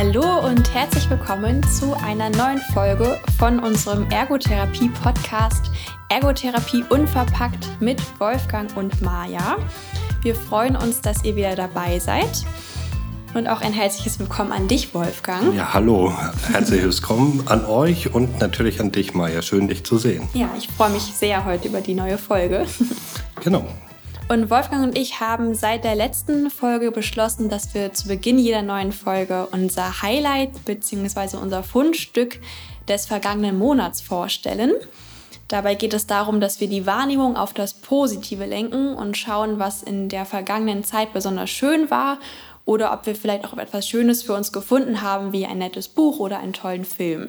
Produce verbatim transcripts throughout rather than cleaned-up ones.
Hallo und herzlich willkommen zu einer neuen Folge von unserem Ergotherapie-Podcast Ergotherapie unverpackt mit Wolfgang und Maja. Wir freuen uns, dass ihr wieder dabei seid. Und auch ein herzliches Willkommen an dich, Wolfgang. Ja, hallo. Herzliches Willkommen an euch und natürlich an dich, Maja. Schön, dich zu sehen. Ja, ich freue mich sehr heute über die neue Folge. Genau. Und Wolfgang und ich haben seit der letzten Folge beschlossen, dass wir zu Beginn jeder neuen Folge unser Highlight bzw. unser Fundstück des vergangenen Monats vorstellen. Dabei geht es darum, dass wir die Wahrnehmung auf das Positive lenken und schauen, was in der vergangenen Zeit besonders schön war oder ob wir vielleicht auch etwas Schönes für uns gefunden haben, wie ein nettes Buch oder einen tollen Film.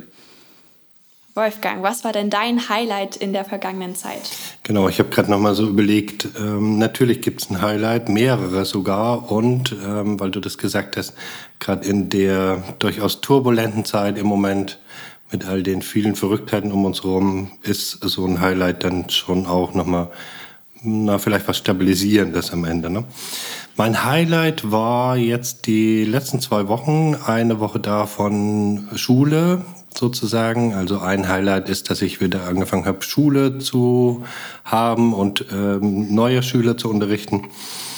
Wolfgang, was war denn dein Highlight in der vergangenen Zeit? Genau, ich habe gerade nochmal so überlegt, ähm, natürlich gibt es ein Highlight, mehrere sogar. Und ähm, weil du das gesagt hast, gerade in der durchaus turbulenten Zeit im Moment mit all den vielen Verrücktheiten um uns herum, ist so ein Highlight dann schon auch nochmal, na, vielleicht was Stabilisierendes am Ende, ne? Mein Highlight war jetzt die letzten zwei Wochen, eine Woche davon Schule sozusagen. Also ein Highlight ist, dass ich wieder angefangen habe, Schule zu haben und ähm, neue Schüler zu unterrichten.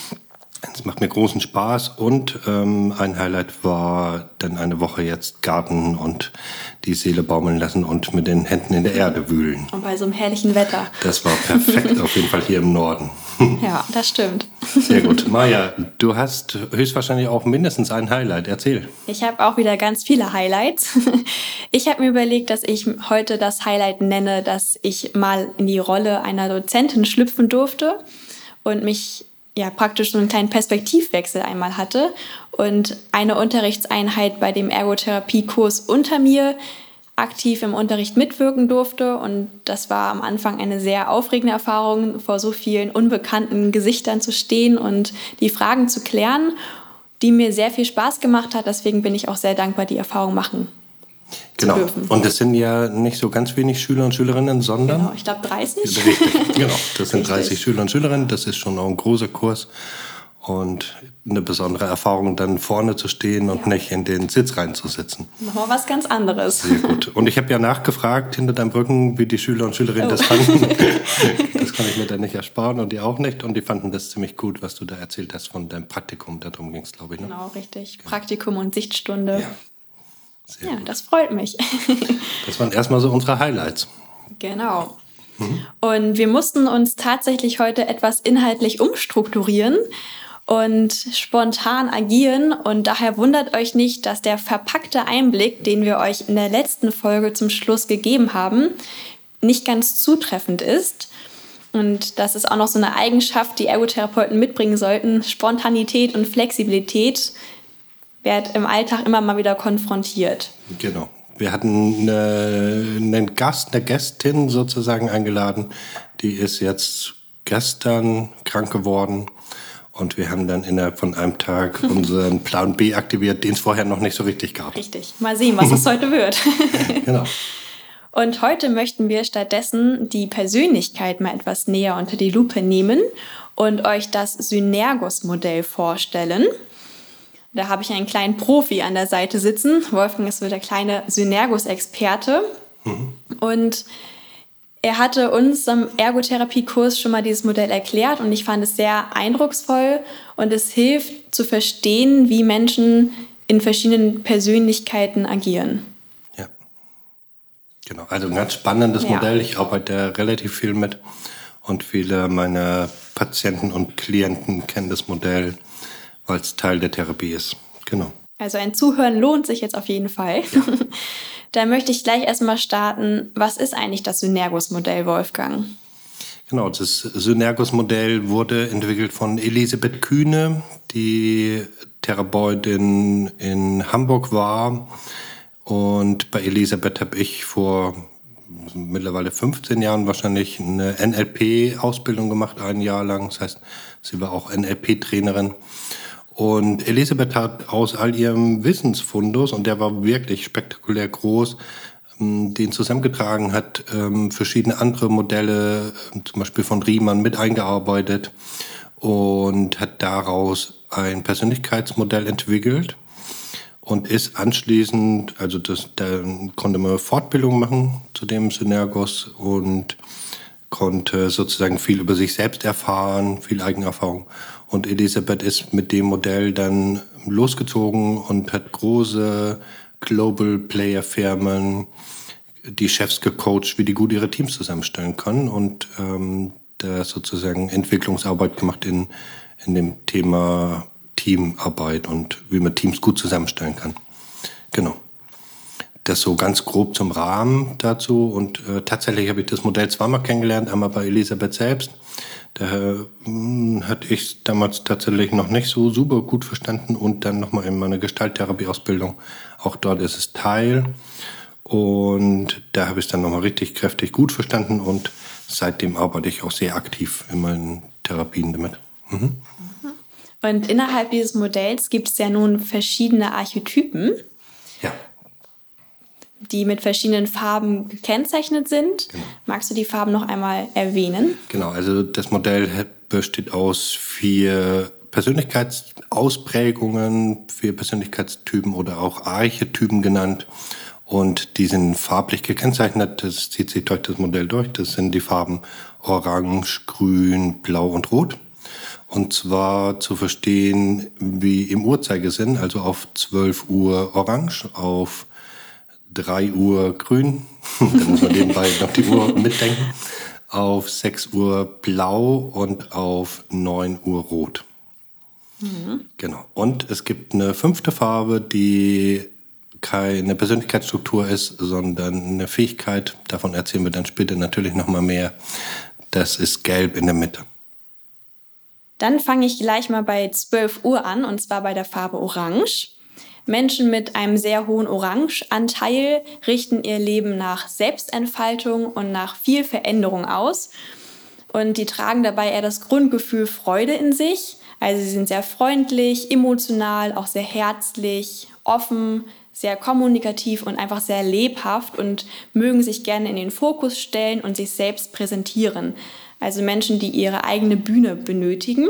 Das macht mir großen Spaß. Und ähm, ein Highlight war dann eine Woche jetzt Garten und die Seele baumeln lassen und mit den Händen in der Erde wühlen. Und bei so einem herrlichen Wetter. Das war perfekt, auf jeden Fall hier im Norden. Ja, das stimmt. Sehr gut. Maja, du hast höchstwahrscheinlich auch mindestens ein Highlight. Erzähl. Ich habe auch wieder ganz viele Highlights. Ich habe mir überlegt, dass ich heute das Highlight nenne, dass ich mal in die Rolle einer Dozentin schlüpfen durfte und mich ja praktisch so einen kleinen Perspektivwechsel einmal hatte und eine Unterrichtseinheit bei dem Ergotherapiekurs unter mir aktiv im Unterricht mitwirken durfte. Und das war am Anfang eine sehr aufregende Erfahrung, vor so vielen unbekannten Gesichtern zu stehen und die Fragen zu klären, die mir sehr viel Spaß gemacht hat. Deswegen bin ich auch sehr dankbar, die Erfahrung machen genau. zu dürfen. Und das sind ja nicht so ganz wenig Schüler und Schülerinnen, sondern... Genau, ich glaube dreißig. Richtig, genau. Das sind Richtig. dreißig Schüler und Schülerinnen. Das ist schon auch ein großer Kurs. Und eine besondere Erfahrung, dann vorne zu stehen und ja. nicht in den Sitz reinzusitzen. Nochmal was ganz anderes. Sehr gut. Und ich habe ja nachgefragt hinter deinem Rücken, wie die Schüler und Schülerinnen oh. das fanden. Das kann ich mir dann nicht ersparen und die auch nicht. Und die fanden das ziemlich gut, was du da erzählt hast von deinem Praktikum. Darum ging es, glaube ich. Ne? Genau, richtig. Genau. Praktikum und Sichtstunde. Ja, Sehr ja gut. Das freut mich. Das waren erstmal so unsere Highlights. Genau. Mhm. Und wir mussten uns tatsächlich heute etwas inhaltlich umstrukturieren und spontan agieren. Und daher wundert euch nicht, dass der verpackte Einblick, den wir euch in der letzten Folge zum Schluss gegeben haben, nicht ganz zutreffend ist. Und das ist auch noch so eine Eigenschaft, die Ergotherapeuten mitbringen sollten. Spontanität und Flexibilität wird im Alltag immer mal wieder konfrontiert. Genau. Wir hatten eine, einen Gast, eine Gästin sozusagen eingeladen. Die ist jetzt gestern krank geworden. Und wir haben dann innerhalb von einem Tag unseren Plan B aktiviert, den es vorher noch nicht so richtig gab. Richtig. Mal sehen, was es heute wird. Genau. Und heute möchten wir stattdessen die Persönlichkeit mal etwas näher unter die Lupe nehmen und euch das Synergos-Modell vorstellen. Da habe ich einen kleinen Profi an der Seite sitzen. Wolfgang ist so der kleine Synergos-Experte. Mhm. Und er hatte uns am Ergotherapiekurs schon mal dieses Modell erklärt und ich fand es sehr eindrucksvoll und es hilft zu verstehen, wie Menschen in verschiedenen Persönlichkeiten agieren. Ja, genau. Also ein ganz spannendes ja. Modell. Ich arbeite relativ viel mit und viele meiner Patienten und Klienten kennen das Modell, weil es Teil der Therapie ist. Genau. Also ein Zuhören lohnt sich jetzt auf jeden Fall. Ja. Da möchte ich gleich erstmal starten. Was ist eigentlich das Synergos-Modell, Wolfgang? Genau, das Synergos-Modell wurde entwickelt von Elisabeth Kühne, die Therapeutin in Hamburg war. Und bei Elisabeth habe ich vor mittlerweile fünfzehn Jahren wahrscheinlich eine N L P-Ausbildung gemacht, ein Jahr lang. Das heißt, sie war auch N L P-Trainerin. Und Elisabeth hat aus all ihrem Wissensfundus, und der war wirklich spektakulär groß, den zusammengetragen hat, verschiedene andere Modelle, zum Beispiel von Riemann, mit eingearbeitet und hat daraus ein Persönlichkeitsmodell entwickelt. und ist anschließend, also das, da konnte man Fortbildung machen zu dem Synergos und konnte sozusagen viel über sich selbst erfahren, viel Eigenerfahrung. Und Elisabeth ist mit dem Modell dann losgezogen und hat große Global Player Firmen, die Chefs gecoacht, wie die gut ihre Teams zusammenstellen können und ähm, da sozusagen Entwicklungsarbeit gemacht in, in dem Thema Teamarbeit und wie man Teams gut zusammenstellen kann. Genau. Das so ganz grob zum Rahmen dazu. Und äh, tatsächlich habe ich das Modell zweimal kennengelernt, einmal bei Elisabeth selbst. Da äh, hatte ich damals tatsächlich noch nicht so super gut verstanden und dann nochmal in meiner Gestalttherapie-Ausbildung. Auch dort ist es Teil. Und da habe ich es dann nochmal richtig kräftig gut verstanden und seitdem arbeite ich auch sehr aktiv in meinen Therapien damit. Mhm. Und innerhalb dieses Modells gibt es ja nun verschiedene Archetypen, ja. die mit verschiedenen Farben gekennzeichnet sind. Genau. Magst du die Farben noch einmal erwähnen? Genau, also das Modell besteht aus vier Persönlichkeitsausprägungen, vier Persönlichkeitstypen oder auch Archetypen genannt. Und die sind farblich gekennzeichnet, das zieht sich durch das Modell durch. Das sind die Farben Orange, Grün, Blau und Rot. Und zwar zu verstehen wie im Uhrzeigersinn, also auf zwölf Uhr Orange, auf drei Uhr Grün, dann muss man nebenbei noch die Uhr mitdenken, auf sechs Uhr Blau und auf neun Uhr Rot. Mhm. Genau. Und es gibt eine fünfte Farbe, die keine Persönlichkeitsstruktur ist, sondern eine Fähigkeit. Davon erzählen wir dann später natürlich noch mal mehr. Das ist Gelb in der Mitte. Dann fange ich gleich mal bei zwölf Uhr an, und zwar bei der Farbe Orange. Menschen mit einem sehr hohen Orange-Anteil richten ihr Leben nach Selbstentfaltung und nach viel Veränderung aus. Und die tragen dabei eher das Grundgefühl Freude in sich. Also sie sind sehr freundlich, emotional, auch sehr herzlich, offen, sehr kommunikativ und einfach sehr lebhaft und mögen sich gerne in den Fokus stellen und sich selbst präsentieren. Also Menschen, die ihre eigene Bühne benötigen.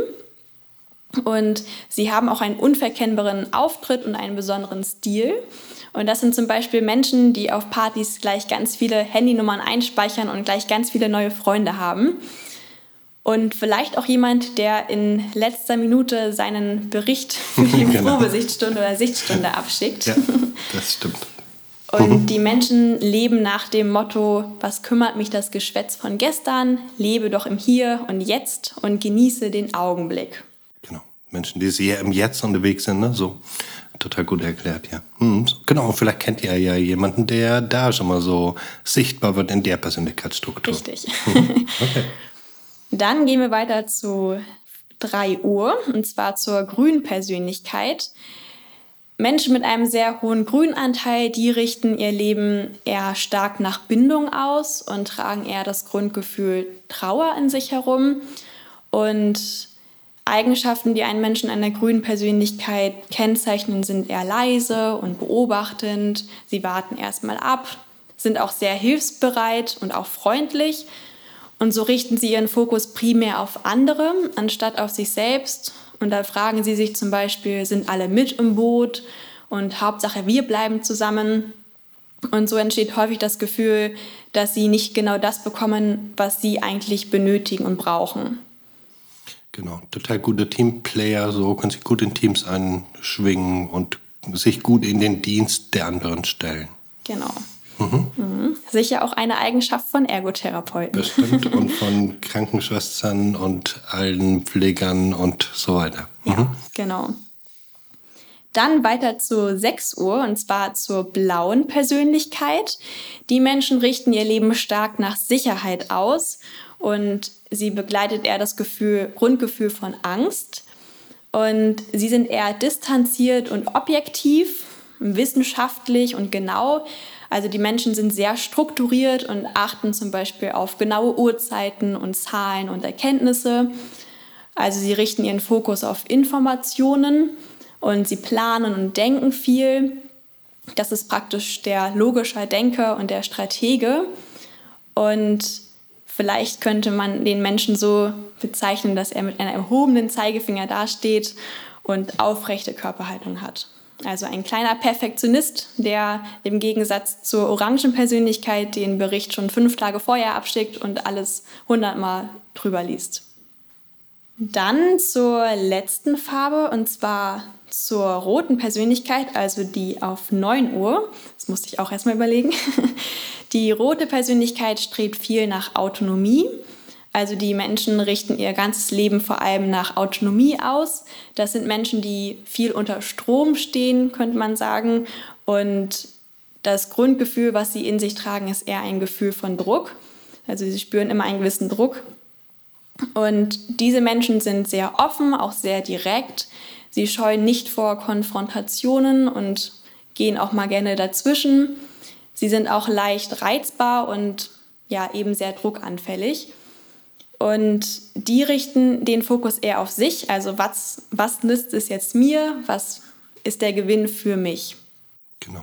Und sie haben auch einen unverkennbaren Auftritt und einen besonderen Stil. Und das sind zum Beispiel Menschen, die auf Partys gleich ganz viele Handynummern einspeichern und gleich ganz viele neue Freunde haben. Und vielleicht auch jemand, der in letzter Minute seinen Bericht für die genau. Probesichtstunde oder Sichtstunde abschickt. Ja, das stimmt. Und die Menschen leben nach dem Motto, was kümmert mich das Geschwätz von gestern? Lebe doch im Hier und Jetzt und genieße den Augenblick. Genau, Menschen, die sehr im Jetzt unterwegs sind, ne? So total gut erklärt, ja. Hm, genau, vielleicht kennt ihr ja jemanden, der da schon mal so sichtbar wird in der Persönlichkeitsstruktur. Richtig. Okay. Dann gehen wir weiter zu drei Uhr, und zwar zur Grünpersönlichkeit. Menschen mit einem sehr hohen Grünanteil, die richten ihr Leben eher stark nach Bindung aus und tragen eher das Grundgefühl Trauer in sich herum. Und Eigenschaften, die einen Menschen einer grünen Persönlichkeit kennzeichnen, sind eher leise und beobachtend. Sie warten erstmal ab, sind auch sehr hilfsbereit und auch freundlich. Und so richten sie ihren Fokus primär auf andere, anstatt auf sich selbst. Und da fragen sie sich zum Beispiel, sind alle mit im Boot? Und Hauptsache, wir bleiben zusammen. Und so entsteht häufig das Gefühl, dass sie nicht genau das bekommen, was sie eigentlich benötigen und brauchen. Genau, total gute Teamplayer, so können sich gut in Teams einschwingen und sich gut in den Dienst der anderen stellen. Genau. Mhm. Mhm. Sicher auch eine Eigenschaft von Ergotherapeuten. Das stimmt. Und von Krankenschwestern und allen Pflegern und so weiter. Mhm. Ja, genau. Dann weiter zu sechs Uhr, und zwar zur blauen Persönlichkeit. Die Menschen richten ihr Leben stark nach Sicherheit aus und sie begleitet eher das Gefühl, Grundgefühl von Angst. Und sie sind eher distanziert und objektiv, wissenschaftlich und genau. Also die Menschen sind sehr strukturiert und achten zum Beispiel auf genaue Uhrzeiten und Zahlen und Erkenntnisse. Also sie richten ihren Fokus auf Informationen und sie planen und denken viel. Das ist praktisch der logische Denker und der Stratege. Und vielleicht könnte man den Menschen so bezeichnen, dass er mit einem erhobenen Zeigefinger dasteht und aufrechte Körperhaltung hat. Also ein kleiner Perfektionist, der im Gegensatz zur Orangenpersönlichkeit den Bericht schon fünf Tage vorher abschickt und alles hundertmal drüber liest. Dann zur letzten Farbe, und zwar zur roten Persönlichkeit, also die auf neun Uhr. Das musste ich auch erstmal überlegen. Die rote Persönlichkeit strebt viel nach Autonomie. Also die Menschen richten ihr ganzes Leben vor allem nach Autonomie aus. Das sind Menschen, die viel unter Strom stehen, könnte man sagen. Und das Grundgefühl, was sie in sich tragen, ist eher ein Gefühl von Druck. Also sie spüren immer einen gewissen Druck. Und diese Menschen sind sehr offen, auch sehr direkt. Sie scheuen nicht vor Konfrontationen und gehen auch mal gerne dazwischen. Sie sind auch leicht reizbar und ja, eben sehr druckanfällig. Und die richten den Fokus eher auf sich. Also was, was nützt es jetzt mir? Was ist der Gewinn für mich? Genau.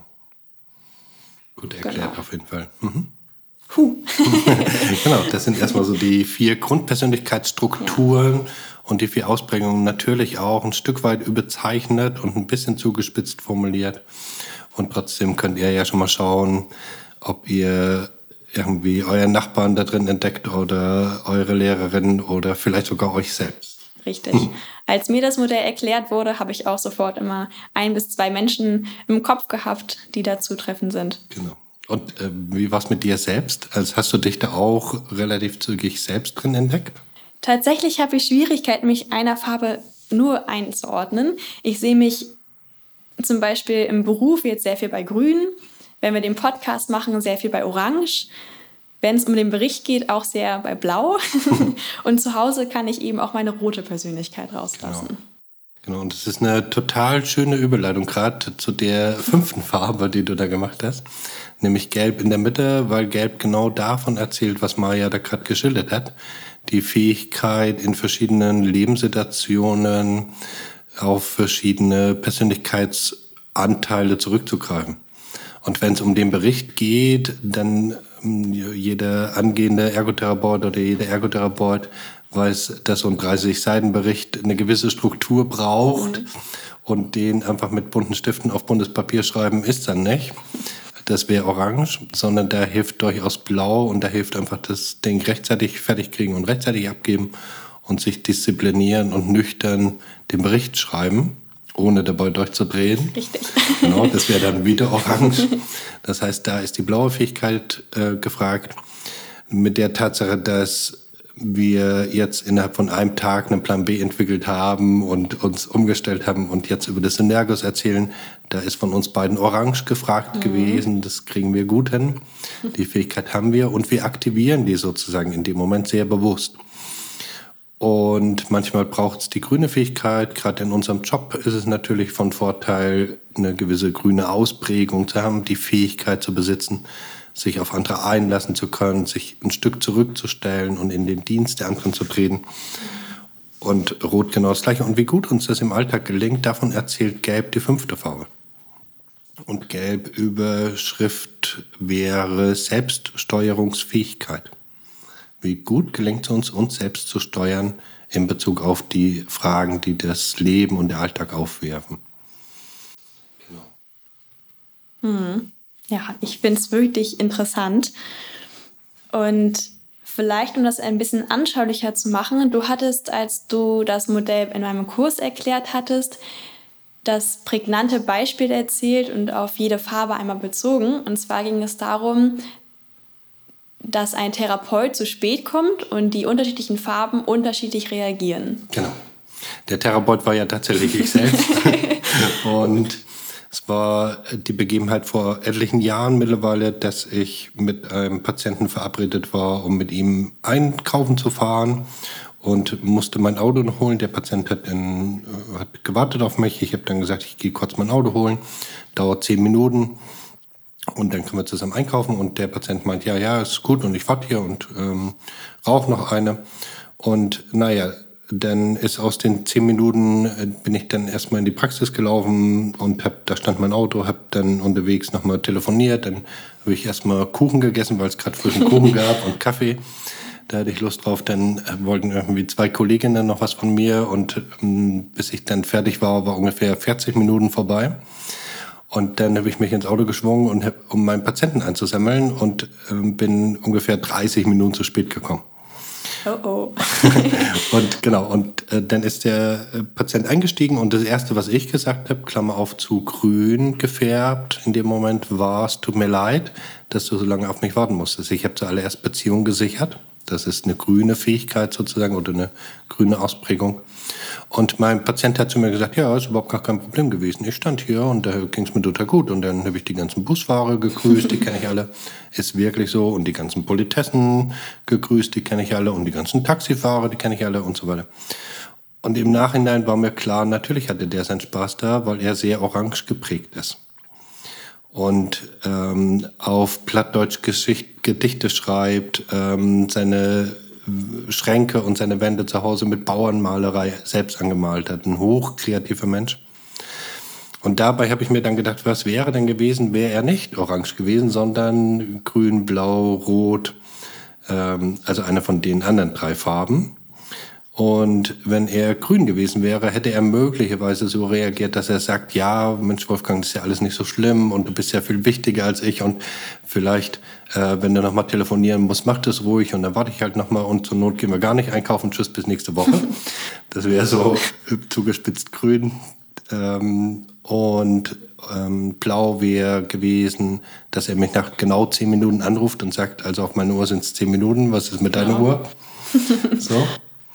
Gut erklärt, genau. Auf jeden Fall. Mhm. Huh. Genau, das sind erstmal so die vier Grundpersönlichkeitsstrukturen ja. Und die vier Ausprägungen natürlich auch ein Stück weit überzeichnet und ein bisschen zugespitzt formuliert. Und trotzdem könnt ihr ja schon mal schauen, ob ihr irgendwie euren Nachbarn da drin entdeckt oder eure Lehrerin oder vielleicht sogar euch selbst. Richtig. Hm. Als mir das Modell erklärt wurde, habe ich auch sofort immer ein bis zwei Menschen im Kopf gehabt, die da zutreffend sind. Genau. Und äh, wie war es mit dir selbst? Also hast du dich da auch relativ zügig selbst drin entdeckt? Tatsächlich habe ich Schwierigkeiten, mich einer Farbe nur einzuordnen. Ich sehe mich zum Beispiel im Beruf jetzt sehr viel bei Grün, wenn wir den Podcast machen, sehr viel bei Orange. Wenn es um den Bericht geht, auch sehr bei Blau. Und zu Hause kann ich eben auch meine rote Persönlichkeit rauslassen. Genau. Genau, und das ist eine total schöne Überleitung gerade zu der fünften Farbe, die du da gemacht hast, nämlich Gelb in der Mitte, weil Gelb genau davon erzählt, was Maja da gerade geschildert hat. Die Fähigkeit, in verschiedenen Lebenssituationen auf verschiedene Persönlichkeitsanteile zurückzugreifen. Und wenn es um den Bericht geht, dann jeder angehende Ergotherapeut oder jeder Ergotherapeut weiß, dass so ein dreißig-Seiten-Bericht eine gewisse Struktur braucht mhm. und den einfach mit bunten Stiften auf buntes Papier schreiben ist dann nicht. Das wäre orange, sondern da hilft durchaus blau und da hilft einfach das Ding rechtzeitig fertig kriegen und rechtzeitig abgeben und sich disziplinieren und nüchtern den Bericht schreiben, ohne dabei durchzudrehen. Richtig. Genau, das wäre dann wieder orange. Das heißt, da ist die blaue Fähigkeit äh, gefragt. Mit der Tatsache, dass wir jetzt innerhalb von einem Tag einen Plan B entwickelt haben und uns umgestellt haben und jetzt über das Synergos erzählen, da ist von uns beiden orange gefragt mhm. gewesen. Das kriegen wir gut hin. Die Fähigkeit haben wir und wir aktivieren die sozusagen in dem Moment sehr bewusst. Und manchmal braucht es die grüne Fähigkeit. Gerade in unserem Job ist es natürlich von Vorteil, eine gewisse grüne Ausprägung zu haben, die Fähigkeit zu besitzen, sich auf andere einlassen zu können, sich ein Stück zurückzustellen und in den Dienst der anderen zu treten. Und Rot genau das Gleiche. Und wie gut uns das im Alltag gelingt, davon erzählt Gelb die fünfte Farbe. Und Gelb Überschrift wäre Selbststeuerungsfähigkeit. Wie gut gelingt es uns, uns selbst zu steuern in Bezug auf die Fragen, die das Leben und der Alltag aufwerfen. Genau. Hm. Ja, ich finde es wirklich interessant. Und vielleicht, um das ein bisschen anschaulicher zu machen, du hattest, als du das Modell in meinem Kurs erklärt hattest, das prägnante Beispiel erzählt und auf jede Farbe einmal bezogen. Und zwar ging es darum, dass ein Therapeut zu spät kommt und die unterschiedlichen Farben unterschiedlich reagieren. Genau. Der Therapeut war ja tatsächlich ich selbst. Und es war die Begebenheit vor etlichen Jahren mittlerweile, dass ich mit einem Patienten verabredet war, um mit ihm einkaufen zu fahren und musste mein Auto noch holen. Der Patient hat, in, hat gewartet auf mich. Ich habe dann gesagt, ich gehe kurz mein Auto holen. Dauert zehn Minuten und dann können wir zusammen einkaufen. Und der Patient meint, ja, ja, ist gut und ich warte hier und ähm, rauche noch eine. Und naja, dann ist aus den zehn Minuten, äh, bin ich dann erstmal in die Praxis gelaufen und hab, da stand mein Auto, habe dann unterwegs nochmal telefoniert. Dann habe ich erstmal Kuchen gegessen, weil es gerade frischen Kuchen gab und Kaffee. Da hatte ich Lust drauf. Dann wollten irgendwie zwei Kolleginnen noch was von mir. Und ähm, bis ich dann fertig war, war ungefähr vierzig Minuten vorbei. Und dann habe ich mich ins Auto geschwungen, und hab, um meinen Patienten einzusammeln. Und ähm, bin ungefähr dreißig Minuten zu spät gekommen. Oh oh. Und genau, und äh, dann ist der äh, Patient eingestiegen, und das Erste, was ich gesagt habe, Klammer auf, zu grün gefärbt in dem Moment, war: Es tut mir leid, dass du so lange auf mich warten musstest. Ich habe zuallererst Beziehung gesichert. Das ist eine grüne Fähigkeit sozusagen oder eine grüne Ausprägung. Und mein Patient hat zu mir gesagt: Ja, ist überhaupt gar kein Problem gewesen. Ich stand hier und da ging es mir total gut. Und dann habe ich die ganzen Busfahrer gegrüßt, die kenne ich alle. Ist wirklich so. Und die ganzen Politessen gegrüßt, die kenne ich alle. Und die ganzen Taxifahrer, die kenne ich alle und so weiter. Und im Nachhinein war mir klar, natürlich hatte der seinen Spaß da, weil er sehr orange geprägt ist. Und ähm, auf Plattdeutsch Geschicht, Gedichte schreibt, ähm, seine Schränke und seine Wände zu Hause mit Bauernmalerei selbst angemalt hat. Ein hochkreativer Mensch. Und dabei habe ich mir dann gedacht, was wäre denn gewesen, wäre er nicht orange gewesen, sondern grün, blau, rot, ähm, also eine von den anderen drei Farben. Und wenn er grün gewesen wäre, hätte er möglicherweise so reagiert, dass er sagt: Ja, Mensch, Wolfgang, das ist ja alles nicht so schlimm und du bist ja viel wichtiger als ich, und vielleicht, äh, wenn du noch mal telefonieren musst, mach das ruhig und dann warte ich halt noch mal und zur Not gehen wir gar nicht einkaufen, tschüss, bis nächste Woche. Das wäre so zugespitzt grün. Ähm, und ähm, blau wäre gewesen, dass er mich nach genau zehn Minuten anruft und sagt: Also auf meine Uhr sind es zehn Minuten, was ist mit deiner ja. Uhr? So.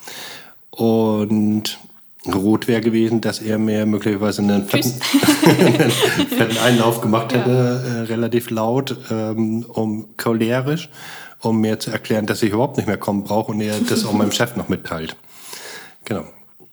Und rot wäre gewesen, dass er mir möglicherweise einen fetten, einen fetten Einlauf gemacht hätte, ja. äh, relativ laut, ähm, um cholerisch, um mir zu erklären, dass ich überhaupt nicht mehr kommen brauche, und er das auch meinem Chef noch mitteilt. Genau.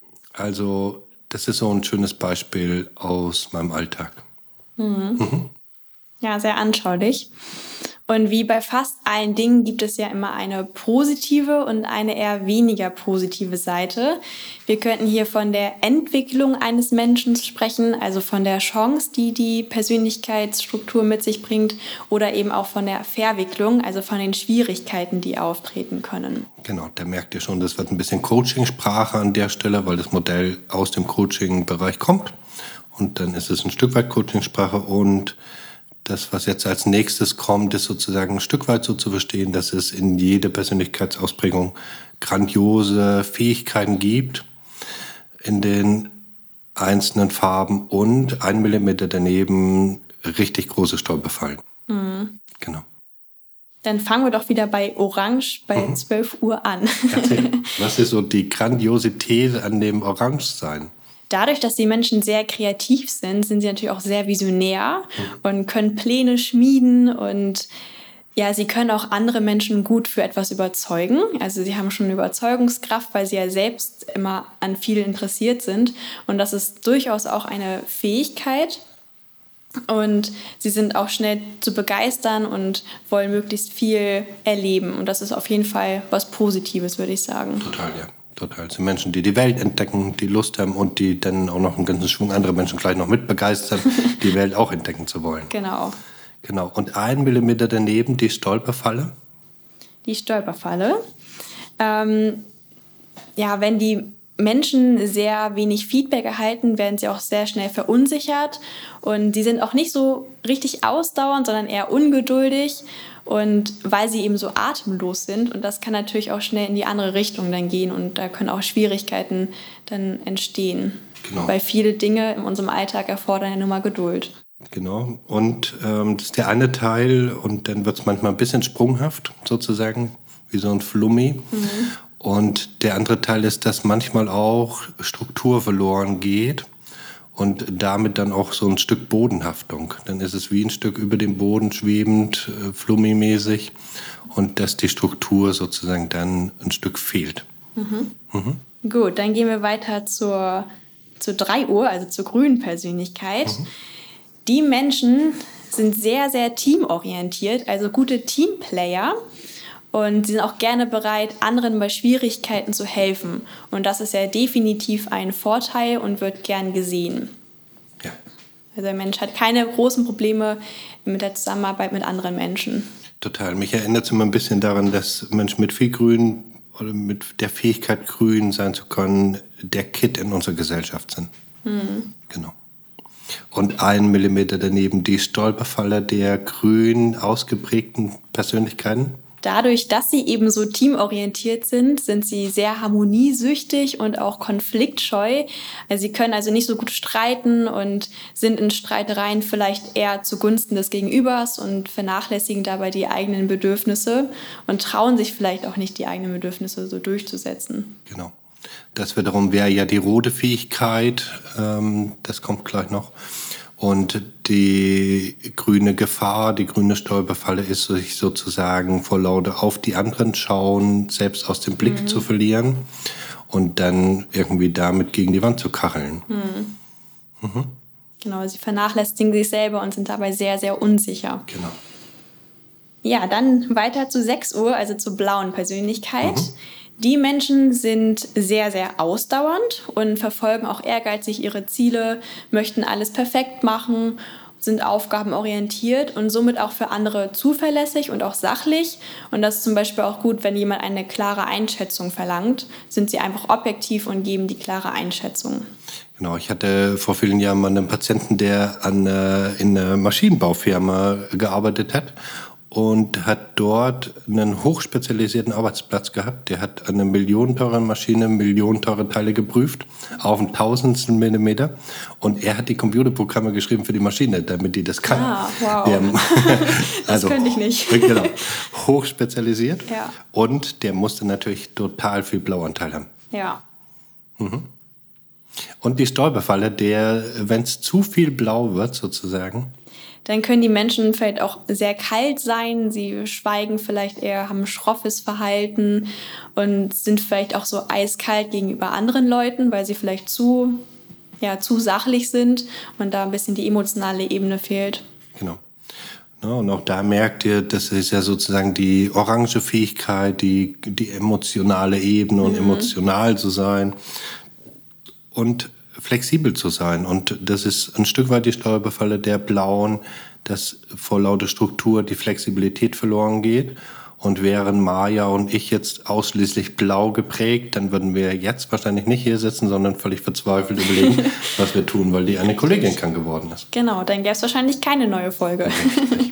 Also das ist so ein schönes Beispiel aus meinem Alltag. Mhm. Mhm. Ja, sehr anschaulich. Und wie bei fast allen Dingen gibt es ja immer eine positive und eine eher weniger positive Seite. Wir könnten hier von der Entwicklung eines Menschen sprechen, also von der Chance, die die Persönlichkeitsstruktur mit sich bringt, oder eben auch von der Verwicklung, also von den Schwierigkeiten, die auftreten können. Genau, da merkt ihr schon, das wird ein bisschen Coaching-Sprache an der Stelle, weil das Modell aus dem Coaching-Bereich kommt. Und dann ist es ein Stück weit Coaching-Sprache, und das, was jetzt als nächstes kommt, ist sozusagen ein Stück weit so zu verstehen, dass es in jeder Persönlichkeitsausprägung grandiose Fähigkeiten gibt in den einzelnen Farben und ein Millimeter daneben richtig große Stolperfallen. Mhm. Genau. Dann fangen wir doch wieder bei Orange bei mhm. zwölf Uhr an. Erzähl, was ist so die Grandiosität an dem Orange-Sein? Dadurch, dass die Menschen sehr kreativ sind, sind sie natürlich auch sehr visionär und können Pläne schmieden, und ja, sie können auch andere Menschen gut für etwas überzeugen. Also sie haben schon eine Überzeugungskraft, weil sie ja selbst immer an viel interessiert sind, und das ist durchaus auch eine Fähigkeit. Und sie sind auch schnell zu begeistern und wollen möglichst viel erleben, und das ist auf jeden Fall was Positives, würde ich sagen. Total, ja. Total. Es sind Menschen, die die Welt entdecken, die Lust haben und die dann auch noch einen ganzen Schwung andere Menschen gleich noch mit begeistern, die Welt auch entdecken zu wollen. Genau. Genau. Und ein Millimeter daneben die Stolperfalle? Die Stolperfalle. Ähm, ja, wenn die Menschen sehr wenig Feedback erhalten, werden sie auch sehr schnell verunsichert, und sie sind auch nicht so richtig ausdauernd, sondern eher ungeduldig. Und weil sie eben so atemlos sind, und das kann natürlich auch schnell in die andere Richtung dann gehen, und da können auch Schwierigkeiten dann entstehen. Genau. Weil viele Dinge in unserem Alltag erfordern ja nun mal Geduld. Genau, und ähm, das ist der eine Teil, und dann wird es manchmal ein bisschen sprunghaft sozusagen, wie so ein Flummi. Mhm. Und der andere Teil ist, dass manchmal auch Struktur verloren geht. Und damit dann auch so ein Stück Bodenhaftung. Dann ist es wie ein Stück über dem Boden schwebend, äh, flummimäßig. Und dass die Struktur sozusagen dann ein Stück fehlt. Mhm. Mhm. Gut, dann gehen wir weiter zur, zur drei Uhr, also zur grünen Persönlichkeit. Mhm. Die Menschen sind sehr, sehr teamorientiert, also gute Teamplayer. Und sie sind auch gerne bereit, anderen bei Schwierigkeiten zu helfen. Und das ist ja definitiv ein Vorteil und wird gern gesehen. Ja. Also der Mensch hat keine großen Probleme mit der Zusammenarbeit mit anderen Menschen. Total. Mich erinnert es immer ein bisschen daran, dass Menschen mit viel Grün oder mit der Fähigkeit, grün sein zu können, der Kitt in unserer Gesellschaft sind. Mhm. Genau. Und ein Millimeter daneben die Stolperfalle der grün ausgeprägten Persönlichkeiten. Dadurch, dass sie eben so teamorientiert sind, sind sie sehr harmoniesüchtig und auch konfliktscheu. Also sie können also nicht so gut streiten und sind in Streitereien vielleicht eher zugunsten des Gegenübers und vernachlässigen dabei die eigenen Bedürfnisse und trauen sich vielleicht auch nicht, die eigenen Bedürfnisse so durchzusetzen. Genau. Das wiederum wäre ja die rote Fähigkeit, ähm, das kommt gleich noch. Und die grüne Gefahr, die grüne Stolperfalle ist, sich sozusagen vor lauter auf die anderen schauen, selbst aus dem Blick mhm. zu verlieren und dann irgendwie damit gegen die Wand zu kacheln. Mhm. Mhm. Genau, sie vernachlässigen sich selber und sind dabei sehr, sehr unsicher. Genau. Ja, dann weiter zu sechs Uhr, also zur blauen Persönlichkeit. Mhm. Die Menschen sind sehr, sehr ausdauernd und verfolgen auch ehrgeizig ihre Ziele, möchten alles perfekt machen, sind aufgabenorientiert und somit auch für andere zuverlässig und auch sachlich. Und das ist zum Beispiel auch gut, wenn jemand eine klare Einschätzung verlangt, sind sie einfach objektiv und geben die klare Einschätzung. Genau, ich hatte vor vielen Jahren mal einen Patienten, der an, in einer Maschinenbaufirma gearbeitet hat. Und hat dort einen hochspezialisierten Arbeitsplatz gehabt. Der hat eine millionenteure Maschine, millionenteure Teile geprüft, auf einen tausendstel Millimeter. Und er hat die Computerprogramme geschrieben für die Maschine, damit die das kann. Ah, wow. Der, das also, könnte ich nicht. Genau, hochspezialisiert. Ja. Und der musste natürlich total viel Blauanteil haben. Ja. Mhm. Und die Stolperfalle, der, wenn es zu viel blau wird sozusagen, dann können die Menschen vielleicht auch sehr kalt sein, sie schweigen vielleicht eher, haben ein schroffes Verhalten und sind vielleicht auch so eiskalt gegenüber anderen Leuten, weil sie vielleicht zu, ja, zu sachlich sind und da ein bisschen die emotionale Ebene fehlt. Genau. Ja, und auch da merkt ihr, das ist ja sozusagen die orange Fähigkeit, die, die emotionale Ebene und mhm. emotional zu sein und flexibel zu sein. Und das ist ein Stück weit die Stolperfalle der Blauen, dass vor lauter Struktur die Flexibilität verloren geht. Und wären Maja und ich jetzt ausschließlich blau geprägt, dann würden wir jetzt wahrscheinlich nicht hier sitzen, sondern völlig verzweifelt überlegen, was wir tun, weil die eine Kollegin krank geworden ist. Genau, dann gäbe es wahrscheinlich keine neue Folge. Mhm.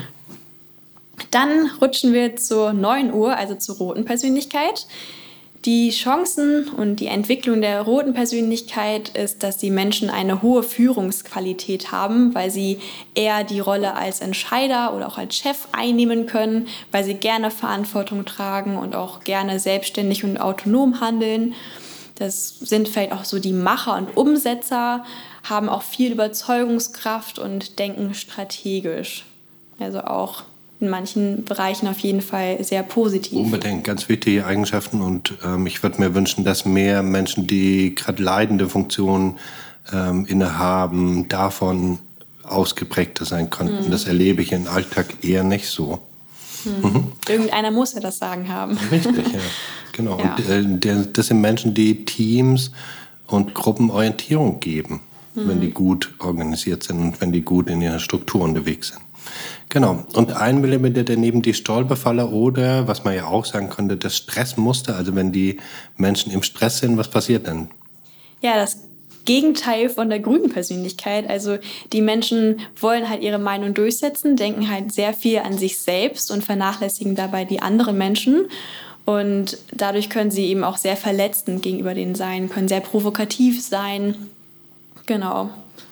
Dann rutschen wir zur neun Uhr, also zur roten Persönlichkeit. Die Chancen und die Entwicklung der roten Persönlichkeit ist, dass die Menschen eine hohe Führungsqualität haben, weil sie eher die Rolle als Entscheider oder auch als Chef einnehmen können, weil sie gerne Verantwortung tragen und auch gerne selbstständig und autonom handeln. Das sind vielleicht auch so die Macher und Umsetzer, haben auch viel Überzeugungskraft und denken strategisch. Also auch in manchen Bereichen auf jeden Fall sehr positiv. Unbedingt, ganz wichtige Eigenschaften und ähm, ich würde mir wünschen, dass mehr Menschen, die gerade leidende Funktionen ähm, innehaben, davon ausgeprägter sein könnten. Mhm. Das erlebe ich im Alltag eher nicht so. Mhm. Mhm. Irgendeiner muss ja das Sagen haben. Richtig, ja. Genau. Ja. Und äh, der, das sind Menschen, die Teams und Gruppenorientierung geben, mhm. wenn die gut organisiert sind und wenn die gut in ihrer Struktur unterwegs sind. Genau. Und ein Millimeter daneben die Stolperfalle oder, was man ja auch sagen könnte, das Stressmuster. Also wenn die Menschen im Stress sind, was passiert dann? Ja, das Gegenteil von der grünen Persönlichkeit. Also die Menschen wollen halt ihre Meinung durchsetzen, denken halt sehr viel an sich selbst und vernachlässigen dabei die anderen Menschen. Und dadurch können sie eben auch sehr verletzend gegenüber denen sein, können sehr provokativ sein. Genau.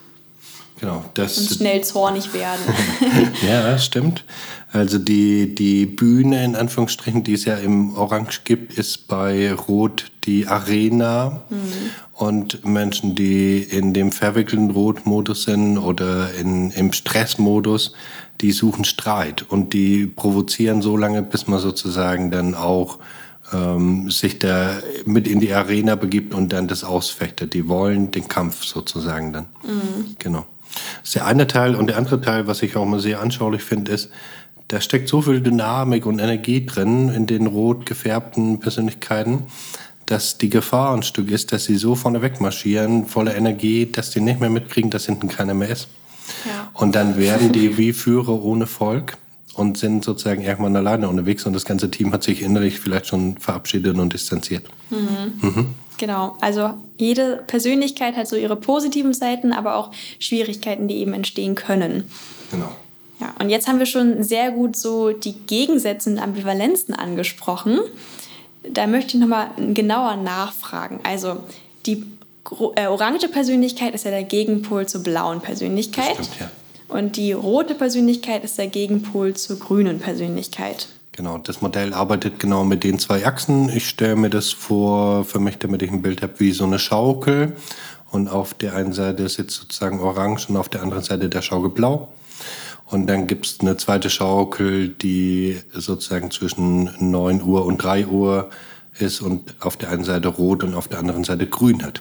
Genau, das und schnell zornig werden. Ja, stimmt. Also die, die Bühne, in Anführungsstrichen, die es ja im Orange gibt, ist bei Rot die Arena. Mhm. Und Menschen, die in dem verwickelten Rot-Modus sind oder in, im Stressmodus, die suchen Streit. Und die provozieren so lange, bis man sozusagen dann auch ähm, sich da mit in die Arena begibt und dann das ausfechtet. Die wollen den Kampf sozusagen dann. Mhm. Genau. Das ist der eine Teil. Und der andere Teil, was ich auch mal sehr anschaulich finde, ist, da steckt so viel Dynamik und Energie drin in den rot gefärbten Persönlichkeiten, dass die Gefahr ein Stück ist, dass sie so vorne weg marschieren, voller Energie, dass die nicht mehr mitkriegen, dass hinten keiner mehr ist. Ja. Und dann werden die wie Führer ohne Volk. und sind sozusagen irgendwann alleine unterwegs und das ganze Team hat sich innerlich vielleicht schon verabschiedet und distanziert. Mhm. Mhm. Genau, also jede Persönlichkeit hat so ihre positiven Seiten, aber auch Schwierigkeiten, die eben entstehen können. Genau. Ja, und jetzt haben wir schon sehr gut so die Gegensätze und Ambivalenzen angesprochen. Da möchte ich nochmal genauer nachfragen. Also die äh, orange Persönlichkeit ist ja der Gegenpol zur blauen Persönlichkeit. Das stimmt, ja. Und die rote Persönlichkeit ist der Gegenpol zur grünen Persönlichkeit. Genau, das Modell arbeitet genau mit den zwei Achsen. Ich stelle mir das vor, für mich, damit ich ein Bild habe, wie so eine Schaukel. Und auf der einen Seite sitzt sozusagen orange und auf der anderen Seite der Schaukel blau. Und dann gibt es eine zweite Schaukel, die sozusagen zwischen neun Uhr und drei Uhr ist und auf der einen Seite rot und auf der anderen Seite grün hat.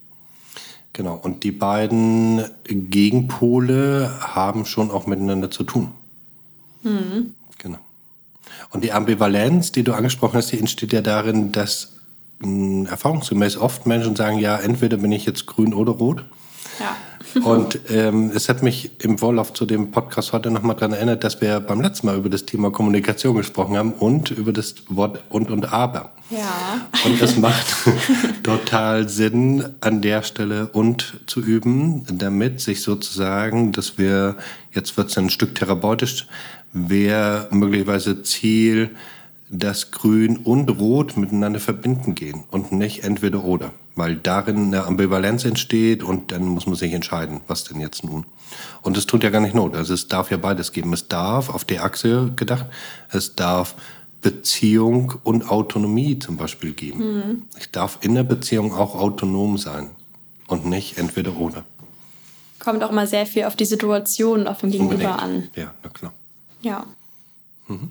Genau, und die beiden Gegenpole haben schon auch miteinander zu tun. Mhm. Genau. Und die Ambivalenz, die du angesprochen hast, die entsteht ja darin, dass mh, erfahrungsgemäß oft Menschen sagen, ja, entweder bin ich jetzt grün oder rot. Ja. Und ähm, es hat mich im Vorlauf zu dem Podcast heute nochmal daran erinnert, dass wir beim letzten Mal über das Thema Kommunikation gesprochen haben und über das Wort und und aber. Ja. Und es macht total Sinn, an der Stelle und zu üben, damit sich sozusagen, dass wir, jetzt wird es ein Stück therapeutisch, wäre möglicherweise Ziel, dass Grün und Rot miteinander verbinden gehen und nicht entweder oder, weil darin eine Ambivalenz entsteht und dann muss man sich entscheiden, was denn jetzt nun. Und es tut ja gar nicht Not, also es darf ja beides geben. Es darf, auf der Achse gedacht, es darf Beziehung und Autonomie zum Beispiel geben. Mhm. Ich darf in der Beziehung auch autonom sein und nicht entweder oder. Kommt auch immer sehr viel auf die Situation, auf den Gegenüber Unbedingt. an. Ja, na klar. Ja. Mhm.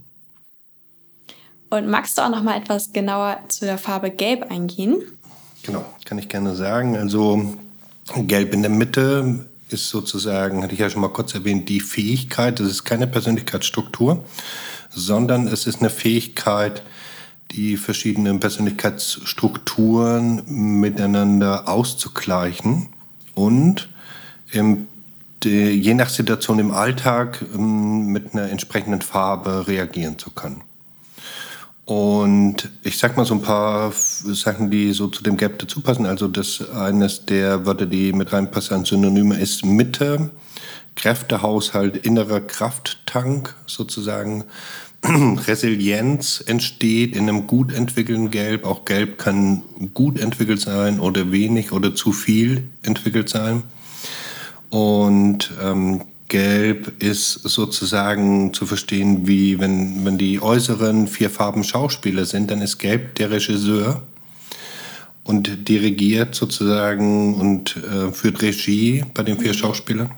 Und magst du auch noch mal etwas genauer zu der Farbe Gelb eingehen? Genau, kann ich gerne sagen. Also Gelb in der Mitte ist sozusagen, hatte ich ja schon mal kurz erwähnt, die Fähigkeit. Das ist keine Persönlichkeitsstruktur, sondern es ist eine Fähigkeit, die verschiedenen Persönlichkeitsstrukturen miteinander auszugleichen und im, die, je nach Situation im Alltag mit einer entsprechenden Farbe reagieren zu können. Und ich sag mal so ein paar Sachen, die so zu dem Gelb dazu passen. Also das eines der Wörter, die mit reinpassen, Synonyme ist Mitte, Kräftehaushalt, innerer Krafttank sozusagen. Resilienz entsteht in einem gut entwickelten Gelb. Auch Gelb kann gut entwickelt sein oder wenig oder zu viel entwickelt sein. Und ähm, Gelb ist sozusagen zu verstehen, wie wenn, wenn die äußeren vier Farben Schauspieler sind, dann ist Gelb der Regisseur und dirigiert sozusagen und äh, führt Regie bei den vier Schauspielern.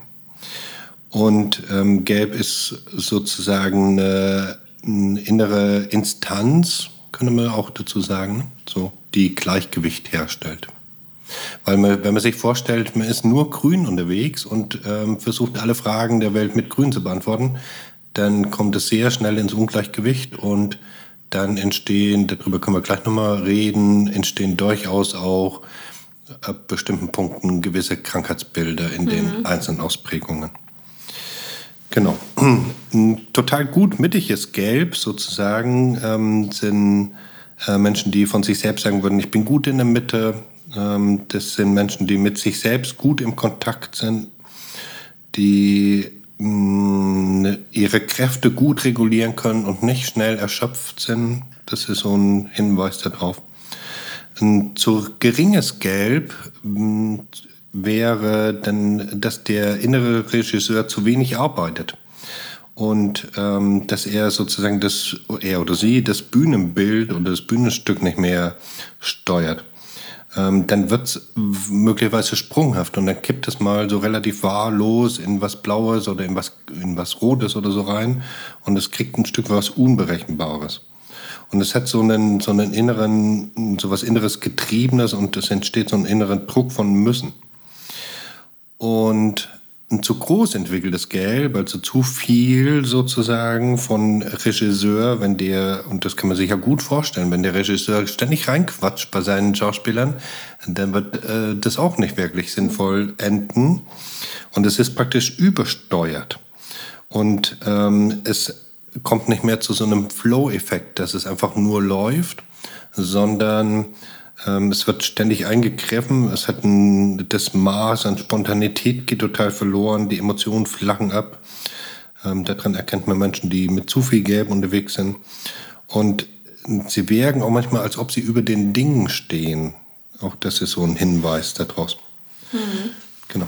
Und ähm, Gelb ist sozusagen eine, eine innere Instanz, könnte man auch dazu sagen, so, die Gleichgewicht herstellt. Weil man, wenn man sich vorstellt, man ist nur grün unterwegs und ähm, versucht alle Fragen der Welt mit Grün zu beantworten, dann kommt es sehr schnell ins Ungleichgewicht und dann entstehen, darüber können wir gleich nochmal reden, entstehen durchaus auch ab bestimmten Punkten gewisse Krankheitsbilder in den mhm. einzelnen Ausprägungen. Genau. Ein total gut mittiges Gelb sozusagen ähm, sind äh, Menschen, die von sich selbst sagen würden, ich bin gut in der Mitte. Das sind Menschen, die mit sich selbst gut im Kontakt sind, die mh, ihre Kräfte gut regulieren können und nicht schnell erschöpft sind. Das ist so ein Hinweis darauf. Ein zu geringes Gelb mh, wäre dann, dass der innere Regisseur zu wenig arbeitet und ähm, dass er sozusagen das, er oder sie das Bühnenbild oder das Bühnenstück nicht mehr steuert. Dann wird es möglicherweise sprunghaft und dann kippt es mal so relativ wahllos in was Blaues oder in was, in was Rotes oder so rein und es kriegt ein Stück was Unberechenbares. Und es hat so einen, so einen inneren, so was Inneres Getriebenes und es entsteht so ein inneren Druck von Müssen. Und ein zu groß entwickeltes Gelb, also zu viel sozusagen von Regisseur, wenn der, und das kann man sich ja gut vorstellen, wenn der Regisseur ständig reinquatscht bei seinen Schauspielern, dann wird äh, das auch nicht wirklich sinnvoll enden. Und es ist praktisch übersteuert. Und ähm, es kommt nicht mehr zu so einem Flow-Effekt, dass es einfach nur läuft, sondern ähm, es wird ständig eingegriffen, es hat ein, das Maß an Spontanität geht total verloren, die Emotionen flachen ab. Ähm, daran erkennt man Menschen, die mit zu viel Gelb unterwegs sind. Und sie wirken auch manchmal, als ob sie über den Dingen stehen. Auch das ist so ein Hinweis daraus. Mhm. Genau.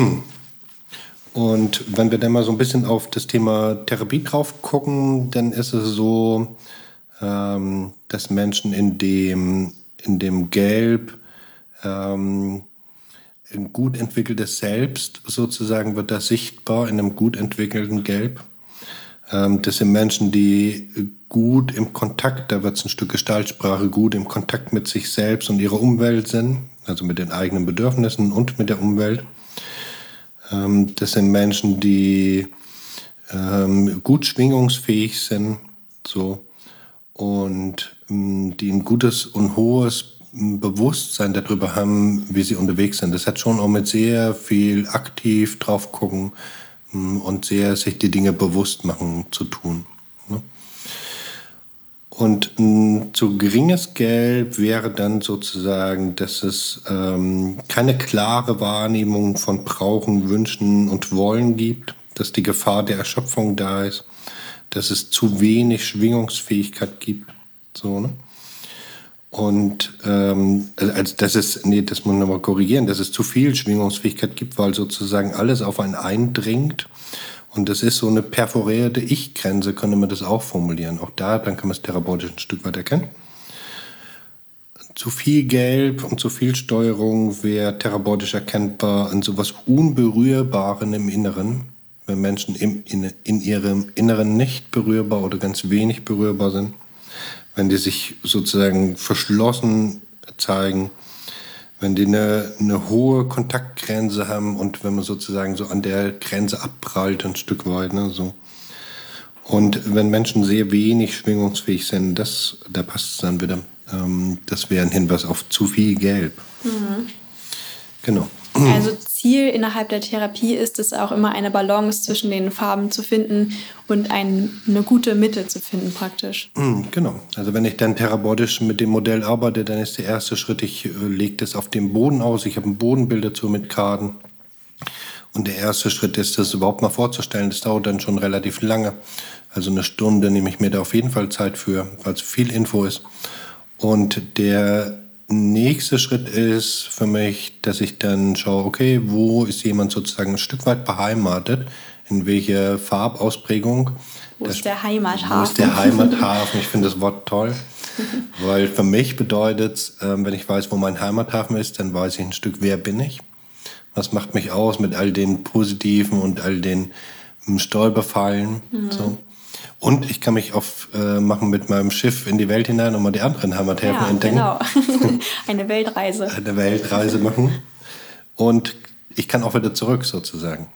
Und wenn wir dann mal so ein bisschen auf das Thema Therapie drauf gucken, dann ist es so, ähm, dass Menschen in dem, in dem Gelb ähm, ein gut entwickeltes Selbst sozusagen wird da sichtbar in einem gut entwickelten Gelb. Ähm, das sind Menschen, die gut im Kontakt, da wird es ein Stück Gestaltsprache, gut im Kontakt mit sich selbst und ihrer Umwelt sind, also mit den eigenen Bedürfnissen und mit der Umwelt. Ähm, das sind Menschen, die ähm, gut schwingungsfähig sind, so, und ähm, die ein gutes und hohes Bewusstsein darüber haben, wie sie unterwegs sind. Das hat schon auch mit sehr viel aktiv drauf gucken und sehr sich die Dinge bewusst machen zu tun. Ne? Und ein zu geringes Gelb wäre dann sozusagen, dass es ähm, keine klare Wahrnehmung von Brauchen, Wünschen und Wollen gibt, dass die Gefahr der Erschöpfung da ist, dass es zu wenig Schwingungsfähigkeit gibt. So, ne? Und ähm, also das ist, nee, das muss man nochmal korrigieren, dass es zu viel Schwingungsfähigkeit gibt, weil sozusagen alles auf einen eindringt. Und das ist so eine perforierte Ich-Grenze, könnte man das auch formulieren. Auch da, dann kann man es therapeutisch ein Stück weit erkennen. Zu viel Gelb und zu viel Steuerung wäre therapeutisch erkennbar an sowas Unberührbaren im Inneren. Wenn Menschen im, in, in ihrem Inneren nicht berührbar oder ganz wenig berührbar sind. Wenn die sich sozusagen verschlossen zeigen, wenn die eine, eine hohe Kontaktgrenze haben und wenn man sozusagen so an der Grenze abprallt ein Stück weit. Ne, so. Und wenn Menschen sehr wenig schwingungsfähig sind, das, da passt es dann wieder. Ähm, das wäre ein Hinweis auf zu viel Gelb. Mhm. Genau. Also Ziel innerhalb der Therapie ist es auch immer, eine Balance zwischen den Farben zu finden und ein, eine gute Mitte zu finden praktisch. Genau. Also wenn ich dann therapeutisch mit dem Modell arbeite, dann ist der erste Schritt, ich äh, lege das auf dem Boden aus. Ich habe ein Bodenbild dazu mit Karten. Und der erste Schritt ist, das überhaupt mal vorzustellen. Das dauert dann schon relativ lange. Also eine Stunde nehme ich mir da auf jeden Fall Zeit für, weil es viel Info ist. Und der nächster Schritt ist für mich, dass ich dann schaue, okay, wo ist jemand sozusagen ein Stück weit beheimatet, in welcher Farbausprägung. Wo ist der Heimathafen? Wo ist der Heimathafen? Ich finde das Wort toll, weil für mich bedeutet es, wenn ich weiß, wo mein Heimathafen ist, dann weiß ich ein Stück, wer bin ich, was macht mich aus mit all den Positiven und all den Stolperfallen, mhm. so. Und ich kann mich auf äh, machen mit meinem Schiff in die Welt hinein und mal die anderen Heimathäfen ja, entdecken. Genau. Eine Weltreise. Eine Weltreise machen. Und ich kann auch wieder zurück sozusagen.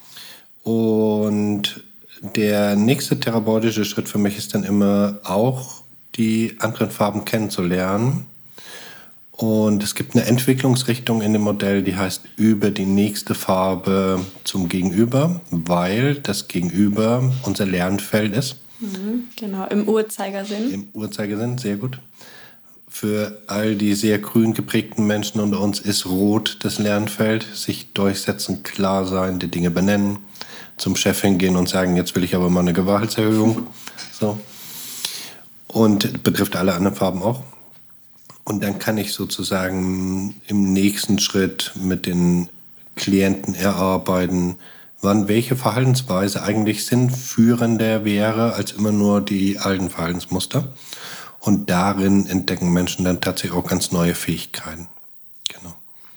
Und der nächste therapeutische Schritt für mich ist dann immer auch, die anderen Farben kennenzulernen. Und es gibt eine Entwicklungsrichtung in dem Modell, die heißt über die nächste Farbe zum Gegenüber, weil das Gegenüber unser Lernfeld ist. Mhm, genau, im Uhrzeigersinn. Im Uhrzeigersinn, sehr gut. Für all die sehr grün geprägten Menschen unter uns ist rot das Lernfeld. Sich durchsetzen, klar sein, die Dinge benennen, zum Chef hingehen und sagen, jetzt will ich aber mal eine Gehaltserhöhung. So. Und betrifft alle anderen Farben auch. Und dann kann ich sozusagen im nächsten Schritt mit den Klienten erarbeiten, wann welche Verhaltensweise eigentlich sinnführender wäre als immer nur die alten Verhaltensmuster. Und darin entdecken Menschen dann tatsächlich auch ganz neue Fähigkeiten. Genau.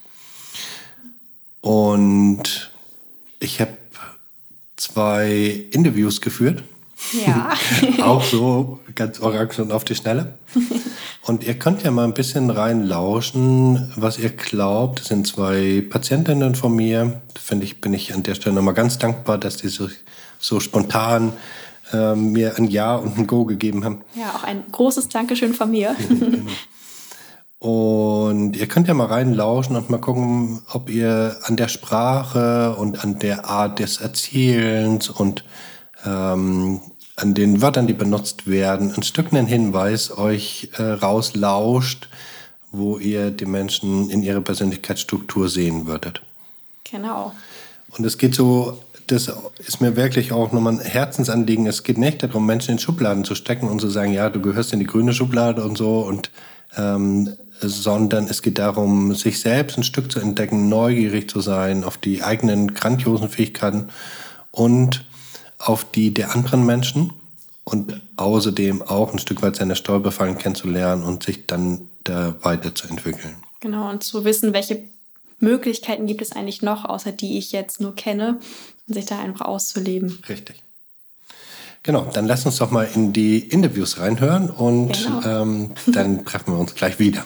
Und ich habe zwei Interviews geführt. Ja. Auch so ganz orange und auf die Schnelle. Und ihr könnt ja mal ein bisschen reinlauschen, was ihr glaubt. Das sind zwei Patientinnen von mir. Finde ich, bin ich an der Stelle nochmal ganz dankbar, dass die so, so spontan äh, mir ein Ja und ein Go gegeben haben. Ja, auch ein großes Dankeschön von mir. Genau. Und ihr könnt ja mal reinlauschen und mal gucken, ob ihr an der Sprache und an der Art des Erzählens und ähm, an den Wörtern, die benutzt werden, ein Stück einen Hinweis euch äh, rauslauscht, wo ihr die Menschen in ihrer Persönlichkeitsstruktur sehen würdet. Genau. Und es geht so, das ist mir wirklich auch nochmal ein Herzensanliegen. Es geht nicht darum, Menschen in Schubladen zu stecken und zu sagen, ja, du gehörst in die grüne Schublade und so, und ähm, sondern es geht darum, sich selbst ein Stück zu entdecken, neugierig zu sein auf die eigenen grandiosen Fähigkeiten und auf die der anderen Menschen und außerdem auch ein Stück weit seine Stolperfallen kennenzulernen und sich dann da weiterzuentwickeln. Genau, und zu wissen, welche Möglichkeiten gibt es eigentlich noch, außer die ich jetzt nur kenne, und sich da einfach auszuleben. Richtig. Genau, dann lass uns doch mal in die Interviews reinhören und Genau. ähm, dann treffen wir uns gleich wieder.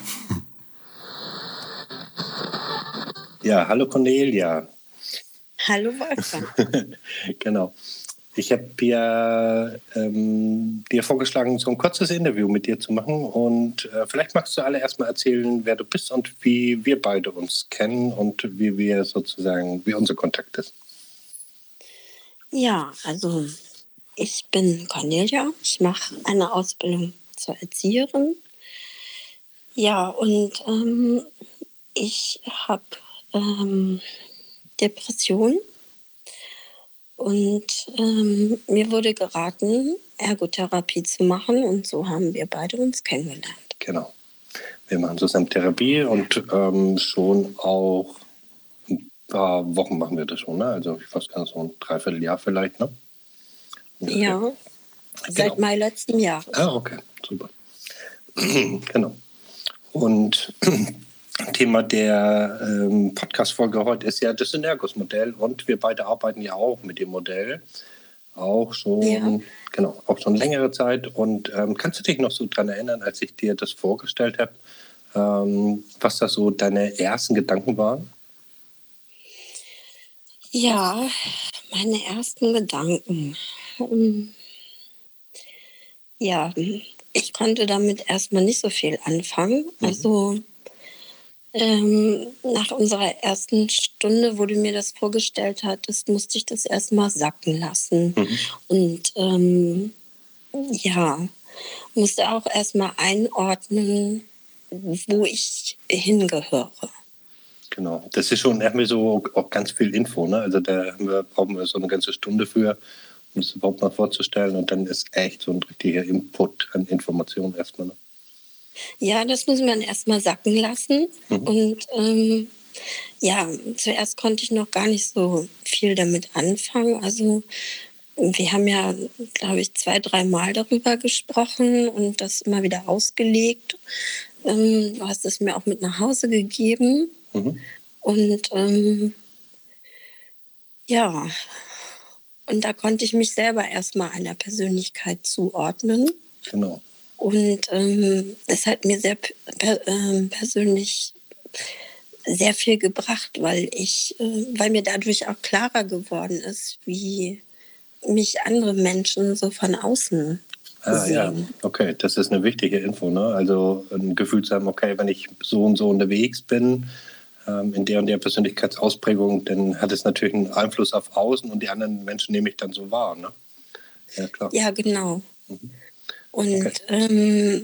Ja, hallo Cornelia. Hallo Wolfgang. Genau. Ich habe ja ähm, dir vorgeschlagen, so ein kurzes Interview mit dir zu machen. Und äh, vielleicht magst du alle erstmal erzählen, wer du bist und wie wir beide uns kennen und wie wir sozusagen, wie unser Kontakt ist. Ja, also ich bin Cornelia. Ich mache eine Ausbildung zur Erzieherin. Ja, und ähm, ich habe ähm, Depression. Und ähm, mir wurde geraten, Ergotherapie zu machen. Und so haben wir beide uns kennengelernt. Genau. Wir machen zusammen Therapie und ähm, schon auch ein paar Wochen machen wir das schon. Ne? Also ich weiß gar nicht, so ein Dreivierteljahr vielleicht. Ne? Ungefähr. Ja, genau. Seit Mai letzten Jahres. Ah, okay, super. Genau. Und Thema der ähm, Podcast-Folge heute ist ja das Synergos-Modell und wir beide arbeiten ja auch mit dem Modell. Auch schon, ja. genau, auch schon längere Zeit. Und ähm, kannst du dich noch so dran erinnern, als ich dir das vorgestellt habe, ähm, was da so deine ersten Gedanken waren? Ja, meine ersten Gedanken. Hm. Ja, ich konnte damit erstmal nicht so viel anfangen. Mhm. Also ähm, nach unserer ersten Stunde, wo du mir das vorgestellt hattest, musste ich das erstmal sacken lassen. Mhm. Und ähm, ja, musste auch erstmal einordnen, wo ich hingehöre. Genau, das ist schon irgendwie so auch ganz viel Info. Ne? Also da haben wir, brauchen wir so eine ganze Stunde für, um das überhaupt mal vorzustellen. Und dann ist echt so ein richtiger Input an Informationen erstmal. Ne? Ja, das muss man erstmal sacken lassen. Mhm. Und ähm, ja, zuerst konnte ich noch gar nicht so viel damit anfangen. Also wir haben ja, glaube ich, zwei, drei Mal darüber gesprochen und das immer wieder ausgelegt. Ähm, du hast es mir auch mit nach Hause gegeben. Mhm. Und ähm, ja, und da konnte ich mich selber erstmal einer Persönlichkeit zuordnen. Genau. Und ähm, es hat mir sehr per, äh, persönlich sehr viel gebracht, weil ich, äh, weil mir dadurch auch klarer geworden ist, wie mich andere Menschen so von außen ah, sehen. Ja, okay, das ist eine wichtige Info, ne? Also ein Gefühl zu haben, okay, wenn ich so und so unterwegs bin, ähm, in der und der Persönlichkeitsausprägung, dann hat es natürlich einen Einfluss auf außen und die anderen Menschen nehme ich dann so wahr, ne? Ja, klar. Ja, genau. Mhm. Und okay. ähm,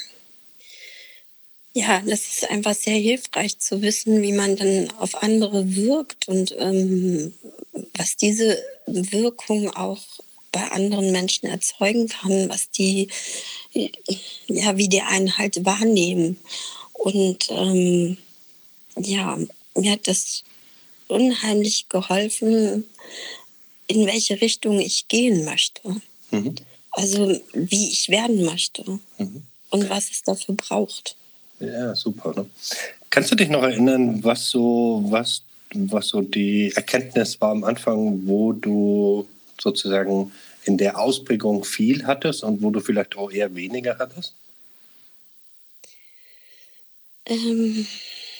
ja, das ist einfach sehr hilfreich zu wissen, wie man dann auf andere wirkt und ähm, was diese Wirkung auch bei anderen Menschen erzeugen kann, was die, ja, wie die einen halt wahrnehmen. Und ähm, ja, mir hat das unheimlich geholfen, in welche Richtung ich gehen möchte. Mhm. Also wie ich werden möchte mhm. und was es dafür braucht. Ja, super. Ne? Kannst du dich noch erinnern, was so, was, was so die Erkenntnis war am Anfang, wo du sozusagen in der Ausprägung viel hattest und wo du vielleicht auch eher weniger hattest? Ähm,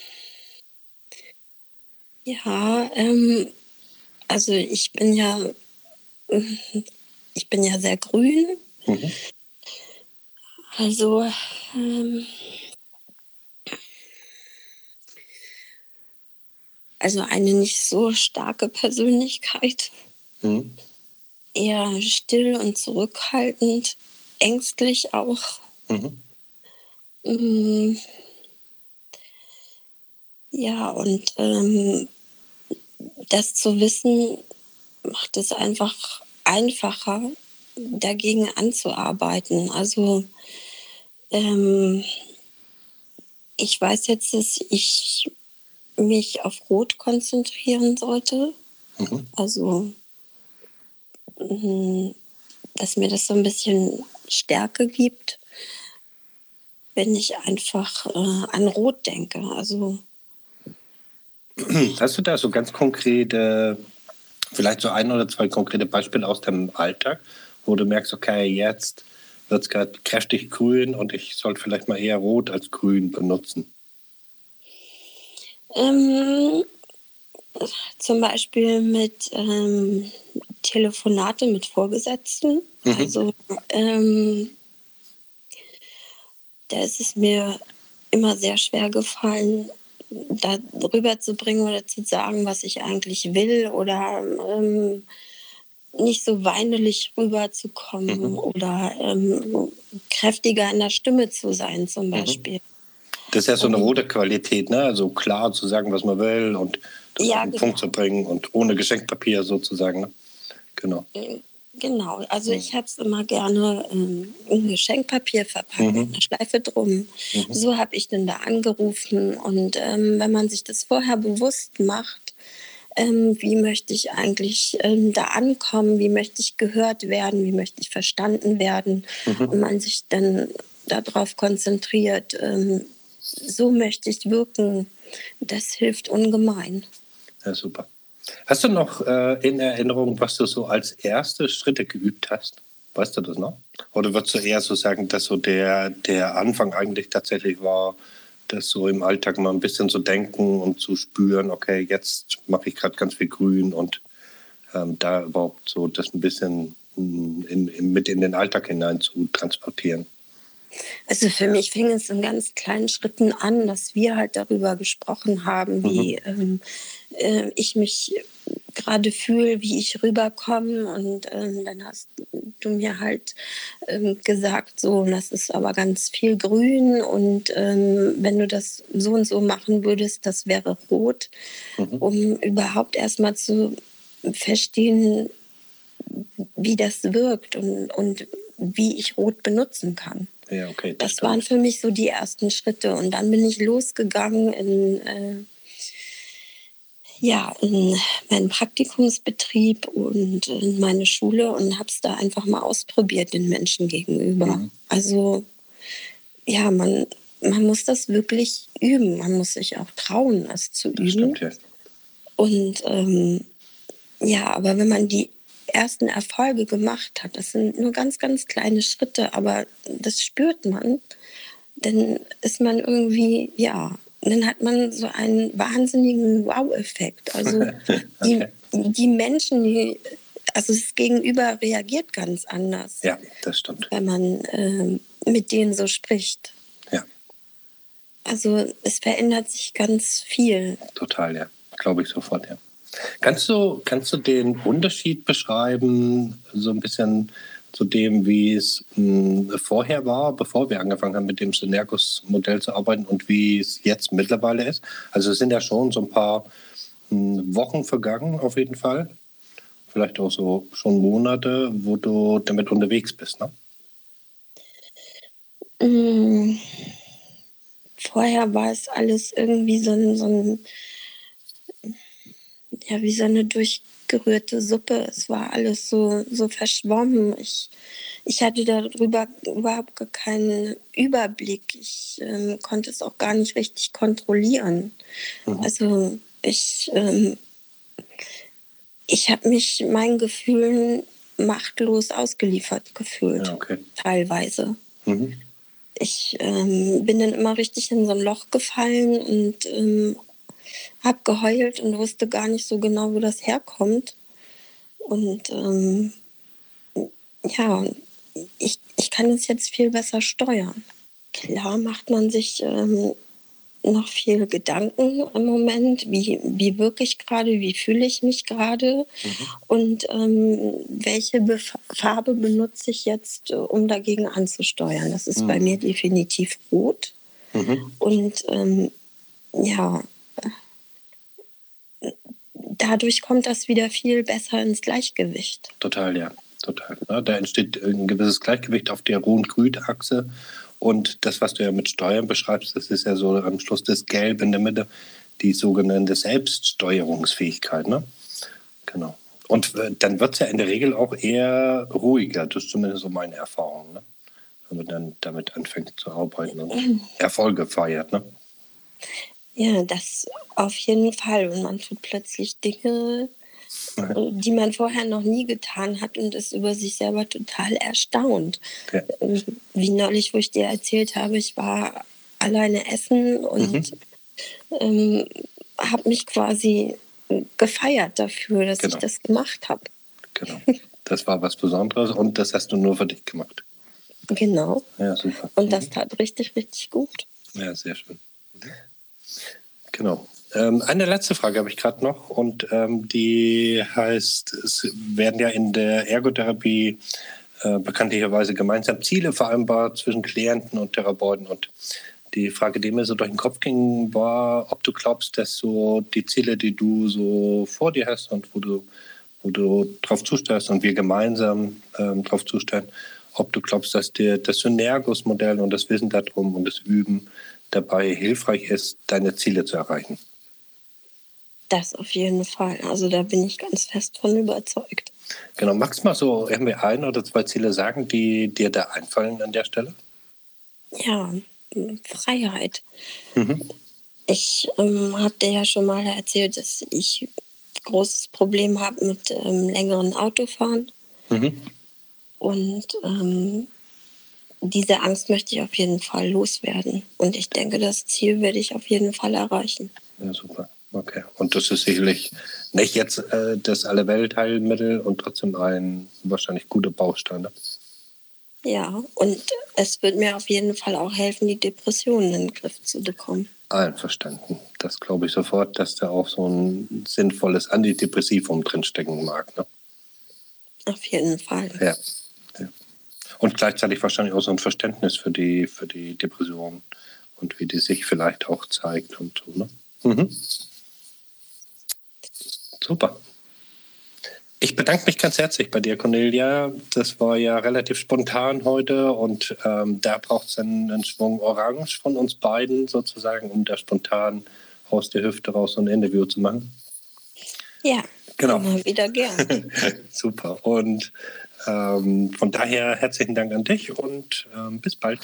ja, ähm, also ich bin ja, ich bin ja sehr grün. Mhm. Also ähm, Also eine nicht so starke Persönlichkeit. Mhm. eher still und zurückhaltend, ängstlich auch. Mhm. Mm, ja, und ähm, das zu wissen, macht es einfach einfacher, dagegen anzuarbeiten. Also ähm, ich weiß jetzt, dass ich mich auf Rot konzentrieren sollte. Mhm. Also, mm, dass mir das so ein bisschen Stärke gibt, wenn ich einfach äh, an Rot denke. Also, Hast du da so ganz konkrete, vielleicht so ein oder zwei konkrete Beispiele aus deinem Alltag, wo du merkst, okay, jetzt wird es gerade kräftig grün und ich sollte vielleicht mal eher rot als grün benutzen? ähm, zum Beispiel mit ähm, Telefonate mit Vorgesetzten. Mhm. Also, ähm, da ist es mir immer sehr schwer gefallen, da rüberzubringen oder zu sagen, was ich eigentlich will, oder ähm, nicht so weinerlich rüberzukommen Mhm. oder ähm, kräftiger in der Stimme zu sein zum Mhm. Beispiel. Das ist ja so eine Und, rote Qualität, ne? Also klar zu sagen, was man will und das auf ja, den Punkt zu genau. bringen und ohne Geschenkpapier sozusagen. Ne? Genau. Äh, Genau, also Mhm. ich habe es immer gerne ähm, in Geschenkpapier verpackt mit Mhm. einer Schleife drum. Mhm. So habe ich dann da angerufen. Und ähm, wenn man sich das vorher bewusst macht, ähm, wie möchte ich eigentlich ähm, da ankommen, wie möchte ich gehört werden, wie möchte ich verstanden werden, und Mhm. man sich dann darauf konzentriert, ähm, so möchte ich wirken, das hilft ungemein. Ja, super. Hast du noch äh, in Erinnerung, was du so als erste Schritte geübt hast? Weißt du das noch? Oder würdest du eher so sagen, dass so der, der Anfang eigentlich tatsächlich war, das so im Alltag mal ein bisschen zu denken und zu spüren, okay, jetzt mache ich gerade ganz viel Grün und ähm, da überhaupt so das ein bisschen mm, in, in, mit in den Alltag hinein zu transportieren? Also für mich fing es in ganz kleinen Schritten an, dass wir halt darüber gesprochen haben, wie Mhm. ähm, äh, ich mich gerade fühle, wie ich rüberkomme. Und ähm, dann hast du mir halt ähm, gesagt, so, das ist aber ganz viel Grün, und ähm, wenn du das so und so machen würdest, das wäre rot, Mhm. um überhaupt erstmal zu verstehen, wie das wirkt, und, und wie ich Rot benutzen kann. Ja, okay, das Das waren stimmt. für mich so die ersten Schritte. Und dann bin ich losgegangen in, äh, ja, in meinen Praktikumsbetrieb und in meine Schule und habe es da einfach mal ausprobiert den Menschen gegenüber. Mhm. Also ja, man, man muss das wirklich üben. Man muss sich auch trauen, es zu Das stimmt, üben. ja. Und ähm, ja, aber wenn man die ersten Erfolge gemacht hat, das sind nur ganz, ganz kleine Schritte, aber das spürt man, dann ist man irgendwie, ja, dann hat man so einen wahnsinnigen Wow-Effekt. Also die, Okay. die Menschen, die, also das Gegenüber reagiert ganz anders, Ja, das stimmt. wenn man ähm, mit denen so spricht. Ja, Also es verändert sich ganz viel. total, ja. Glaube ich sofort, ja. Kannst du, kannst du den Unterschied beschreiben, so ein bisschen zu dem, wie es mh, vorher war, bevor wir angefangen haben, mit dem Synergus-Modell zu arbeiten und wie es jetzt mittlerweile ist? Also es sind ja schon so ein paar mh, Wochen vergangen, auf jeden Fall. Vielleicht auch so schon Monate, wo du damit unterwegs bist, ne? Mm, Vorher war es alles irgendwie so ein, so ein, ja, wie so eine durchgerührte Suppe. Es war alles so, so verschwommen. Ich, ich hatte darüber überhaupt gar keinen Überblick. Ich ähm, konnte es auch gar nicht richtig kontrollieren. Mhm. Also ich, ähm, ich habe mich meinen Gefühlen machtlos ausgeliefert Ja, gefühlt, okay. teilweise. Mhm. Ich ähm, bin dann immer richtig in so ein Loch gefallen und ähm, habe geheult und wusste gar nicht so genau, wo das herkommt. Und ähm, ja, ich, ich kann es jetzt viel besser steuern. Klar macht man sich ähm, noch viel Gedanken im Moment. Wie, wie wirke ich gerade? Wie fühle ich mich gerade? Mhm. Und ähm, welche Bef- Farbe benutze ich jetzt, äh, um dagegen anzusteuern? Das ist mhm. bei mir definitiv rot. Mhm. Und ähm, ja, dadurch kommt das wieder viel besser ins Gleichgewicht. Total, ja. Total. Ja, da entsteht ein gewisses Gleichgewicht auf der Rot-Grün-Achse. Und das, was du ja mit Steuern beschreibst, das ist ja so am Schluss das Gelb in der Mitte, die sogenannte Selbststeuerungsfähigkeit. Ne? Genau. Und äh, dann wird es ja in der Regel auch eher ruhiger. Das ist zumindest so meine Erfahrung. Ne? Wenn man dann damit anfängt zu arbeiten und Erfolge feiert. Ne? Ja, das auf jeden Fall. Und man tut plötzlich Dinge, die man vorher noch nie getan hat und ist über sich selber total erstaunt. Ja. Wie neulich, wo ich dir erzählt habe, ich war alleine essen und mhm. ähm, habe mich quasi gefeiert dafür, dass genau. ich das gemacht habe. Genau, das war was Besonderes und das hast du nur für dich gemacht. Genau. Ja, super. Und das tat richtig, richtig gut. Ja, sehr schön. Genau. Ähm, eine letzte Frage habe ich gerade noch und ähm, die heißt, es werden ja in der Ergotherapie äh, bekanntlicherweise gemeinsam Ziele vereinbart zwischen Klienten und Therapeuten und die Frage, die mir so durch den Kopf ging, war, ob du glaubst, dass so die Ziele, die du so vor dir hast und wo du, wo du drauf zusteuerst und wir gemeinsam ähm, drauf zusteuern, ob du glaubst, dass dir das Synergos-Modell und das Wissen darum und das Üben dabei hilfreich ist, deine Ziele zu erreichen. Das auf jeden Fall. Also da bin ich ganz fest von überzeugt. Genau. Magst du mal so irgendwie ein oder zwei Ziele sagen, die dir da einfallen an der Stelle? Ja, Freiheit. Mhm. Ich ähm, habe dir ja schon mal erzählt, dass ich ein großes Problem habe mit ähm, längeren Autofahren. Mhm. Und ähm, diese Angst möchte ich auf jeden Fall loswerden. Und ich denke, das Ziel werde ich auf jeden Fall erreichen. Ja, super. Okay. Und das ist sicherlich nicht jetzt äh, das Allerweltheilmittel und trotzdem ein wahrscheinlich guter Baustein. Ne? Ja, und es wird mir auf jeden Fall auch helfen, die Depressionen in den Griff zu bekommen. Einverstanden. Das glaube ich sofort, dass da auch so ein sinnvolles Antidepressivum drinstecken mag. Ne? Auf jeden Fall. Ja. ja. Und gleichzeitig wahrscheinlich auch so ein Verständnis für die, für die Depression und wie die sich vielleicht auch zeigt und so. Ne? Mhm. Super. Ich bedanke mich ganz herzlich bei dir, Cornelia. Das war ja relativ spontan heute und ähm, da braucht es einen, einen Schwung Orange von uns beiden sozusagen, um da spontan aus der Hüfte raus so ein Interview zu machen. Ja, genau. Immer wieder gern. Super. Und ähm, von daher herzlichen Dank an dich und ähm, bis bald.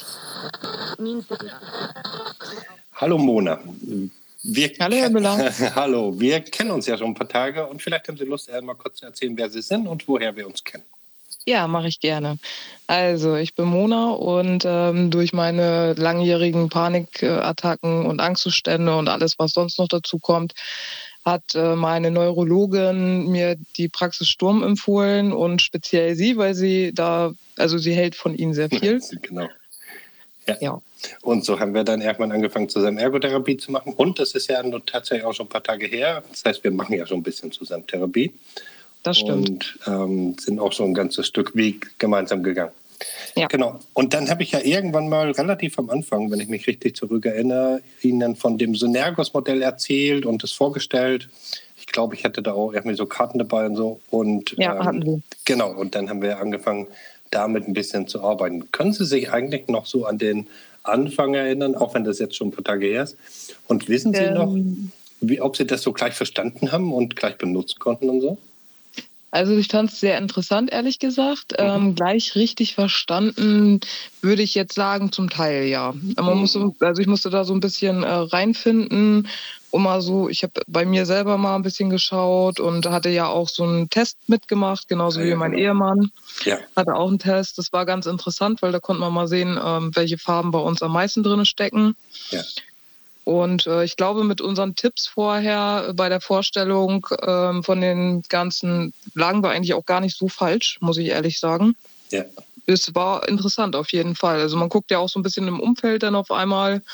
Hallo Mona. Wir Hallo, Herr Müller. Hallo, wir kennen uns ja schon ein paar Tage und vielleicht haben Sie Lust, einmal kurz zu erzählen, wer Sie sind und woher wir uns kennen. Ja, mache ich gerne. Also, ich bin Mona und ähm, durch meine langjährigen Panikattacken und Angstzustände und alles, was sonst noch dazu kommt, hat äh, meine Neurologin mir die Praxis Sturm empfohlen und speziell sie, weil sie da, also sie hält von Ihnen sehr viel. Genau. Ja. ja. Und so haben wir dann irgendwann angefangen, zusammen Ergotherapie zu machen. Und das ist ja nur tatsächlich auch schon ein paar Tage her. Das heißt, wir machen ja schon ein bisschen zusammen Therapie. Das stimmt. Und ähm, sind auch schon ein ganzes Stück Weg gemeinsam gegangen. Ja. Genau. Und dann habe ich ja irgendwann mal relativ am Anfang, wenn ich mich richtig zurückerinnere, Ihnen dann von dem Synergos-Modell erzählt und es vorgestellt. Ich glaube, ich hatte da auch irgendwie so Karten dabei und so. Und, ja, ähm, hatten wir. Genau. Und dann haben wir angefangen, damit ein bisschen zu arbeiten. Können Sie sich eigentlich noch so an den Anfang erinnern, auch wenn das jetzt schon ein paar Tage her ist? Und wissen Sie ähm, noch, wie, ob Sie das so gleich verstanden haben und gleich benutzen konnten und so? Also ich fand es sehr interessant, ehrlich gesagt. Mhm. Ähm, gleich richtig verstanden würde ich jetzt sagen, zum Teil ja. Man mhm. musste, also ich musste da so ein bisschen äh, reinfinden, um mal so, ich habe bei mir selber mal ein bisschen geschaut und hatte ja auch so einen Test mitgemacht, genauso ja, wie mein genau. Ehemann. Ja. Hatte auch einen Test. Das war ganz interessant, weil da konnte man mal sehen, ähm, welche Farben bei uns am meisten drin stecken. Ja. Und äh, ich glaube, mit unseren Tipps vorher äh, bei der Vorstellung ähm, von den ganzen lagen wir eigentlich auch gar nicht so falsch, muss ich ehrlich sagen. Ja. Es war interessant auf jeden Fall. Also man guckt ja auch so ein bisschen im Umfeld dann auf einmal,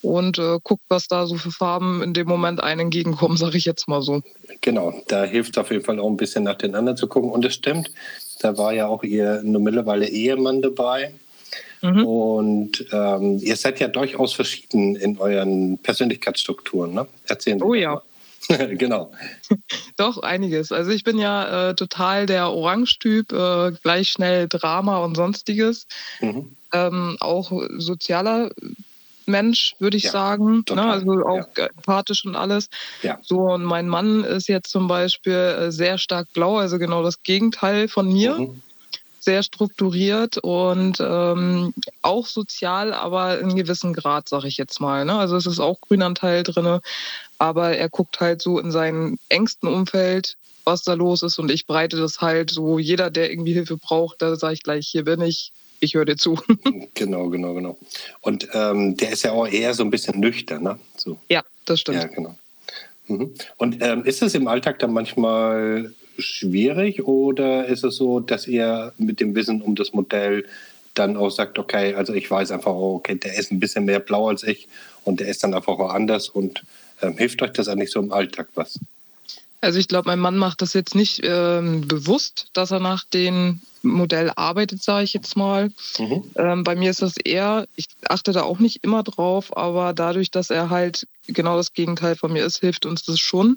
und äh, guckt, was da so für Farben in dem Moment einen entgegenkommen, sage ich jetzt mal so. Genau, da hilft es auf jeden Fall auch ein bisschen nach den anderen zu gucken. Und es stimmt, da war ja auch Ihr mittlerweile Ehemann dabei. Mhm. Und ähm, ihr seid ja durchaus verschieden in euren Persönlichkeitsstrukturen, ne? Erzählen Sie Oh ja. Genau. Doch, einiges. Also ich bin ja äh, total der Orange-Typ, äh, gleich schnell Drama und Sonstiges. Mhm. Ähm, auch sozialer Mensch, würde ich ja, sagen. Ne? Also auch ja. empathisch und alles. Ja. So, und mein Mann ist jetzt zum Beispiel sehr stark blau, also genau das Gegenteil von mir. Mhm. Sehr strukturiert und ähm, auch sozial, aber in gewissem Grad, sage ich jetzt mal. Ne? Also es ist auch Grünanteil drin, aber er guckt halt so in seinem engsten Umfeld, was da los ist, und ich breite das halt so, jeder, der irgendwie Hilfe braucht, da sage ich gleich, hier bin ich, ich höre dir zu. Genau, genau, genau. Und ähm, der ist ja auch eher so ein bisschen nüchtern, ne? So. Ja, das stimmt. Ja, genau. Mhm. Und ähm, ist es im Alltag dann manchmal schwierig oder ist es so, dass ihr mit dem Wissen um das Modell dann auch sagt, okay, also ich weiß einfach, okay, der ist ein bisschen mehr blau als ich und der ist dann einfach auch anders und ähm, hilft euch das eigentlich so im Alltag was? Also ich glaube, mein Mann macht das jetzt nicht ähm, bewusst, dass er nach dem Modell arbeitet, sage ich jetzt mal. Mhm. Ähm, bei mir ist das eher, ich achte da auch nicht immer drauf, aber dadurch, dass er halt genau das Gegenteil von mir ist, hilft uns das schon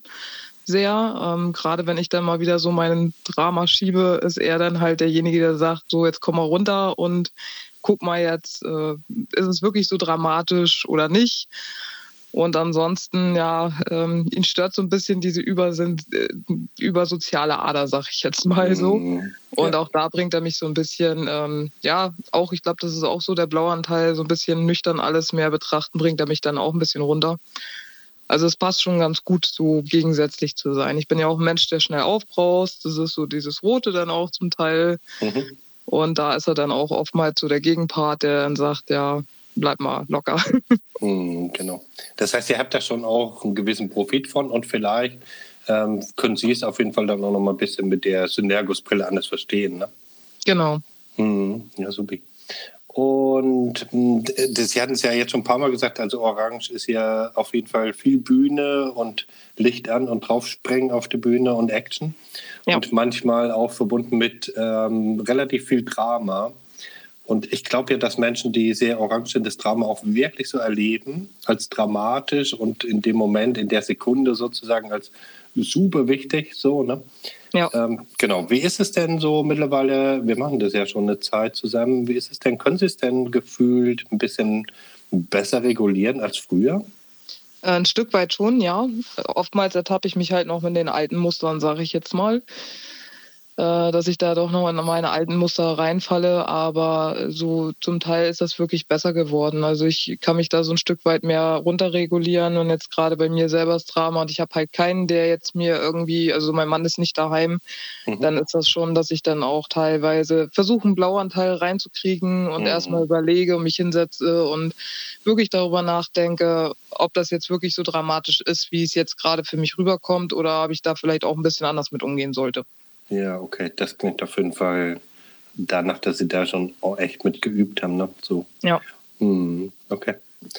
sehr. Ähm, gerade wenn ich dann mal wieder so meinen Drama schiebe, ist er dann halt derjenige, der sagt, so jetzt komm mal runter und guck mal jetzt, äh, ist es wirklich so dramatisch oder nicht? Und ansonsten, ja, ähm, ihn stört so ein bisschen diese übersinn, äh, übersoziale Ader, sag ich jetzt mal so. Mm, und ja. Auch da bringt er mich so ein bisschen, ähm, ja, auch, ich glaube, das ist auch so der Blauanteil, so ein bisschen nüchtern alles mehr betrachten, bringt er mich dann auch ein bisschen runter. Also es passt schon ganz gut, so gegensätzlich zu sein. Ich bin ja auch ein Mensch, der schnell aufbraust. Das ist so dieses Rote dann auch zum Teil. Mhm. Und da ist er dann auch oftmals so der Gegenpart, der dann sagt, ja, bleib mal locker. Mhm, genau. Das heißt, ihr habt da schon auch einen gewissen Profit von und vielleicht ähm, können Sie es auf jeden Fall dann auch noch mal ein bisschen mit der Synergos-Brille anders verstehen, ne? Genau. Mhm, ja, super. Und das, Sie hatten es ja jetzt schon ein paar Mal gesagt, also Orange ist ja auf jeden Fall viel Bühne und Licht an und draufspringen auf die Bühne und Action. Ja. Und manchmal auch verbunden mit ähm, relativ viel Drama. Und ich glaube ja, dass Menschen, die sehr orange sind, das Drama auch wirklich so erleben, als dramatisch und in dem Moment, in der Sekunde sozusagen als super wichtig, so, ne? Ja. Ähm, genau. Wie ist es denn so mittlerweile? Wir machen das ja schon eine Zeit zusammen. Wie ist es denn? Können Sie es denn gefühlt ein bisschen besser regulieren als früher? Ein Stück weit schon, ja. Oftmals ertappe ich mich halt noch mit den alten Mustern, sage ich jetzt mal. Dass ich da doch noch in meine alten Muster reinfalle, aber so zum Teil ist das wirklich besser geworden. Also ich kann mich da so ein Stück weit mehr runterregulieren und jetzt gerade bei mir selber das Drama und ich habe halt keinen, der jetzt mir irgendwie, also mein Mann ist nicht daheim, mhm. Dann ist das schon, dass ich dann auch teilweise versuche, einen Blauanteil reinzukriegen und mhm. erstmal überlege und mich hinsetze und wirklich darüber nachdenke, ob das jetzt wirklich so dramatisch ist, wie es jetzt gerade für mich rüberkommt oder ob ich da vielleicht auch ein bisschen anders mit umgehen sollte. Ja, okay, das klingt auf jeden Fall danach, dass Sie da schon auch echt mit geübt haben, ne? So. Ja. Hm, okay.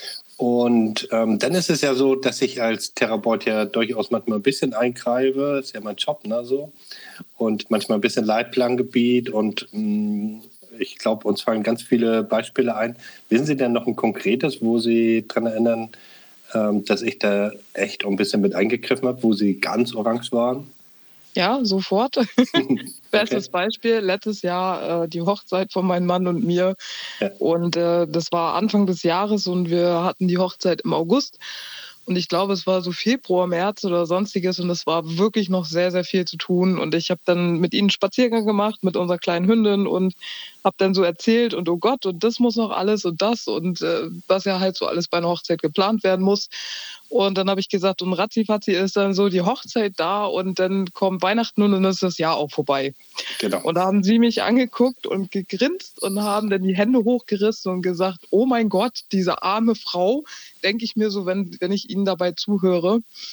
Und ähm, dann ist es ja so, dass ich als Therapeut ja durchaus manchmal ein bisschen eingreife, das ist ja mein Job, ne, so. Und manchmal ein bisschen Leitplangebiet und mh, ich glaube, uns fallen ganz viele Beispiele ein. Wissen Sie denn noch ein konkretes, wo Sie daran erinnern, ähm, dass ich da echt auch ein bisschen mit eingegriffen habe, wo Sie ganz orange waren? Ja, sofort. Okay. Bestes Beispiel, letztes Jahr äh, die Hochzeit von meinem Mann und mir. Ja. Und äh, das war Anfang des Jahres und wir hatten die Hochzeit im August. Und ich glaube, es war so Februar, März oder sonstiges und es war wirklich noch sehr, sehr viel zu tun. Und ich habe dann mit ihnen einen Spaziergang gemacht mit unserer kleinen Hündin und habe dann so erzählt und oh Gott, und das muss noch alles und das und äh, was ja halt so alles bei einer Hochzeit geplant werden muss. Und dann habe ich gesagt, und ratzifatzi ist dann so die Hochzeit da und dann kommt Weihnachten und dann ist das Jahr auch vorbei. Genau. Und da haben sie mich angeguckt und gegrinst und haben dann die Hände hochgerissen und gesagt, oh mein Gott, diese arme Frau, denke ich mir so, wenn, wenn ich ihnen dabei zuhöre.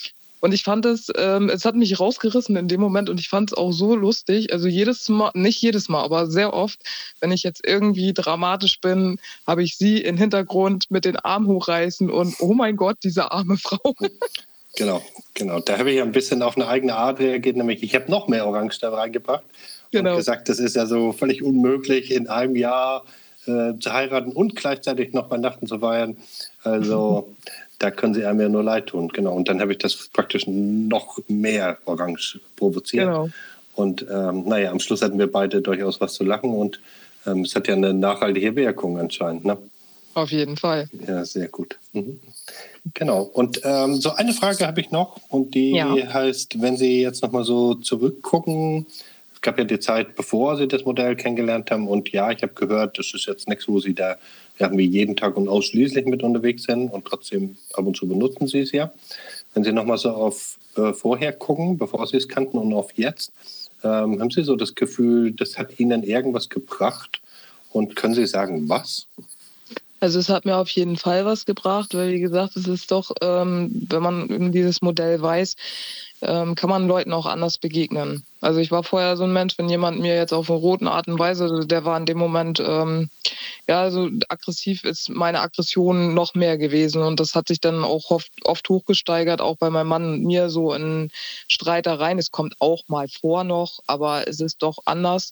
Und ich fand es, ähm, es hat mich rausgerissen in dem Moment und ich fand es auch so lustig. Also jedes Mal, nicht jedes Mal, aber sehr oft, wenn ich jetzt irgendwie dramatisch bin, habe ich sie im Hintergrund mit den Armen hochreißen und oh mein Gott, diese arme Frau. Genau, genau. Da habe ich ja ein bisschen auf eine eigene Art reagiert, nämlich ich habe noch mehr Orange da reingebracht Genau. und gesagt, das ist ja so völlig unmöglich, in einem Jahr äh, zu heiraten und gleichzeitig noch Weihnachten zu feiern. Also da können sie einem ja nur leid tun. Genau. Und dann habe ich das praktisch noch mehr Orange provoziert. Genau. Und ähm, naja, am Schluss hatten wir beide durchaus was zu lachen und ähm, es hat ja eine nachhaltige Wirkung anscheinend. Ne? Auf jeden Fall. Ja, sehr gut. Mhm. Genau. Und ähm, so eine Frage habe ich noch und die Ja. heißt, wenn Sie jetzt nochmal so zurückgucken, es gab ja die Zeit, bevor Sie das Modell kennengelernt haben und ja, ich habe gehört, das ist jetzt nichts, wo Sie da irgendwie jeden Tag und ausschließlich mit unterwegs sind und trotzdem ab und zu benutzen Sie es ja. Wenn Sie nochmal so auf äh, vorher gucken, bevor Sie es kannten und auf jetzt, ähm, haben Sie so das Gefühl, das hat Ihnen irgendwas gebracht und können Sie sagen, was? Also es hat mir auf jeden Fall was gebracht, weil wie gesagt, es ist doch, ähm, wenn man eben dieses Modell weiß, ähm, kann man Leuten auch anders begegnen. Also ich war vorher so ein Mensch, wenn jemand mir jetzt auf eine roten Art und Weise, der war in dem Moment, ähm, ja, so aggressiv ist meine Aggression noch mehr gewesen und das hat sich dann auch oft, oft hochgesteigert, auch bei meinem Mann und mir so in Streitereien. Es kommt auch mal vor noch, aber es ist doch anders.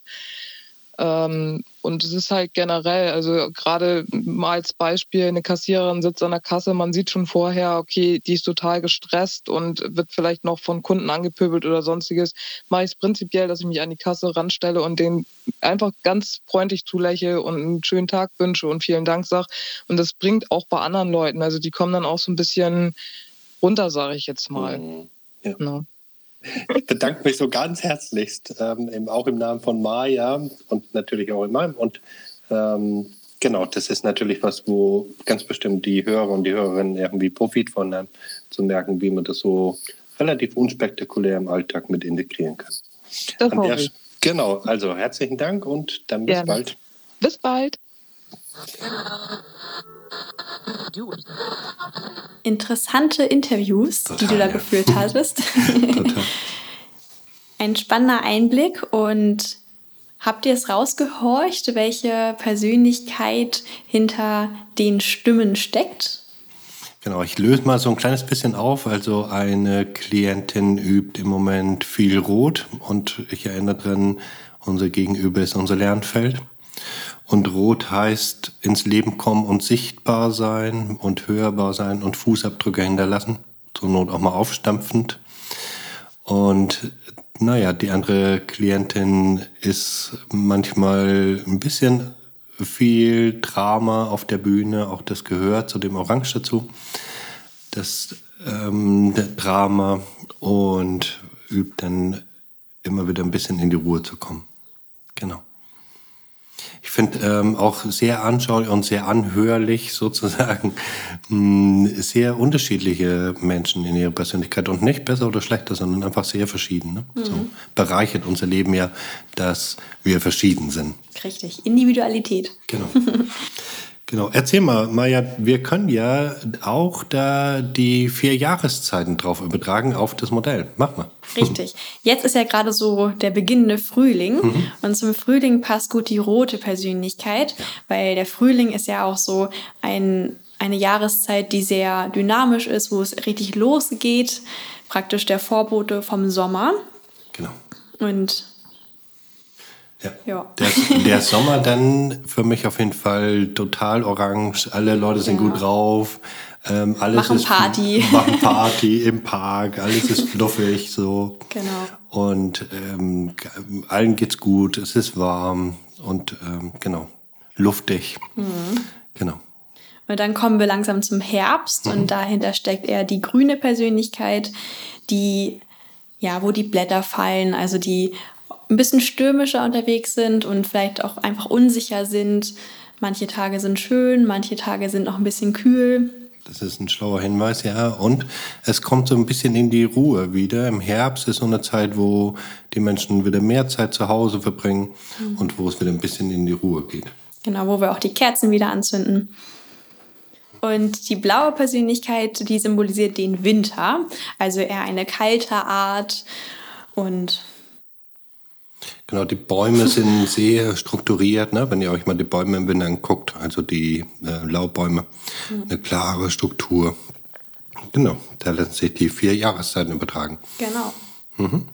Ähm, und es ist halt generell, also gerade mal als Beispiel, eine Kassiererin sitzt an der Kasse, man sieht schon vorher, okay, die ist total gestresst und wird vielleicht noch von Kunden angepöbelt oder sonstiges. Mache ich es prinzipiell, dass ich mich an die Kasse ranstelle und denen einfach ganz freundlich zulächle und einen schönen Tag wünsche und vielen Dank sage. Und das bringt auch bei anderen Leuten, also die kommen dann auch so ein bisschen runter, sage ich jetzt mal. Ja. No. Ich bedanke mich so ganz herzlichst, ähm, eben auch im Namen von Maja und natürlich auch in meinem. Und ähm, genau, das ist natürlich was, wo ganz bestimmt die Hörer und die Hörerinnen irgendwie Profit von haben, zu merken, wie man das so relativ unspektakulär im Alltag mit integrieren kann. Das An hoffe der, ich. genau, also herzlichen Dank und dann bis Gerne. bald. Bis bald. Interessante Interviews, Total, die du da ja. geführt hattest. Total. Ein spannender Einblick. Und habt ihr es rausgehorcht, welche Persönlichkeit hinter den Stimmen steckt? Genau, ich löse mal so ein kleines bisschen auf. Also eine Klientin übt im Moment viel Rot und ich erinnere dran, unser Gegenüber ist unser Lernfeld. Und Rot heißt ins Leben kommen und sichtbar sein und hörbar sein und Fußabdrücke hinterlassen. Zur Not auch mal aufstampfend. Und naja, die andere Klientin ist manchmal ein bisschen viel Drama auf der Bühne. Auch das gehört zu dem Orange dazu. Das ähm, Drama und übt dann immer wieder ein bisschen in die Ruhe zu kommen. Genau. Ich finde ähm, auch sehr anschaulich und sehr anhörlich sozusagen mh, sehr unterschiedliche Menschen in ihrer Persönlichkeit und nicht besser oder schlechter, sondern einfach sehr verschieden. Ne? Mhm. So bereichert unser Leben ja, dass wir verschieden sind. Richtig, Individualität. Genau. Genau. Erzähl mal, Maja, wir können ja auch da die vier Jahreszeiten drauf übertragen auf das Modell. Mach mal. Richtig. Jetzt ist ja gerade so der beginnende Frühling. Mhm. Und zum Frühling passt gut die rote Persönlichkeit, weil der Frühling ist ja auch so ein, eine Jahreszeit, die sehr dynamisch ist, wo es richtig losgeht. Praktisch der Vorbote vom Sommer. Genau. Und ja. ja. Der, der Sommer dann für mich auf jeden Fall total orange. Alle Leute sind ja. gut drauf. Ähm, alles machen ist, Party. Machen Party im Park. Alles ist fluffig so. Genau. Und ähm, allen geht's gut. Es ist warm und ähm, genau luftig. Mhm. Genau. Und dann kommen wir langsam zum Herbst mhm. und dahinter steckt eher die grüne Persönlichkeit, die ja, wo die Blätter fallen, also die ein bisschen stürmischer unterwegs sind und vielleicht auch einfach unsicher sind. Manche Tage sind schön, manche Tage sind auch ein bisschen kühl. Das ist ein schlauer Hinweis, ja. Und es kommt so ein bisschen in die Ruhe wieder. Im Herbst ist so eine Zeit, wo die Menschen wieder mehr Zeit zu Hause verbringen mhm. und wo es wieder ein bisschen in die Ruhe geht. Genau, wo wir auch die Kerzen wieder anzünden. Und die blaue Persönlichkeit, die symbolisiert den Winter, also eher eine kalte Art und Genau, die Bäume sind sehr strukturiert, ne? Wenn ihr euch mal die Bäume im Winter anguckt, also die äh, Laubbäume, mhm. eine klare Struktur. Genau, da lassen sich die vier Jahreszeiten übertragen. Genau. Mhm.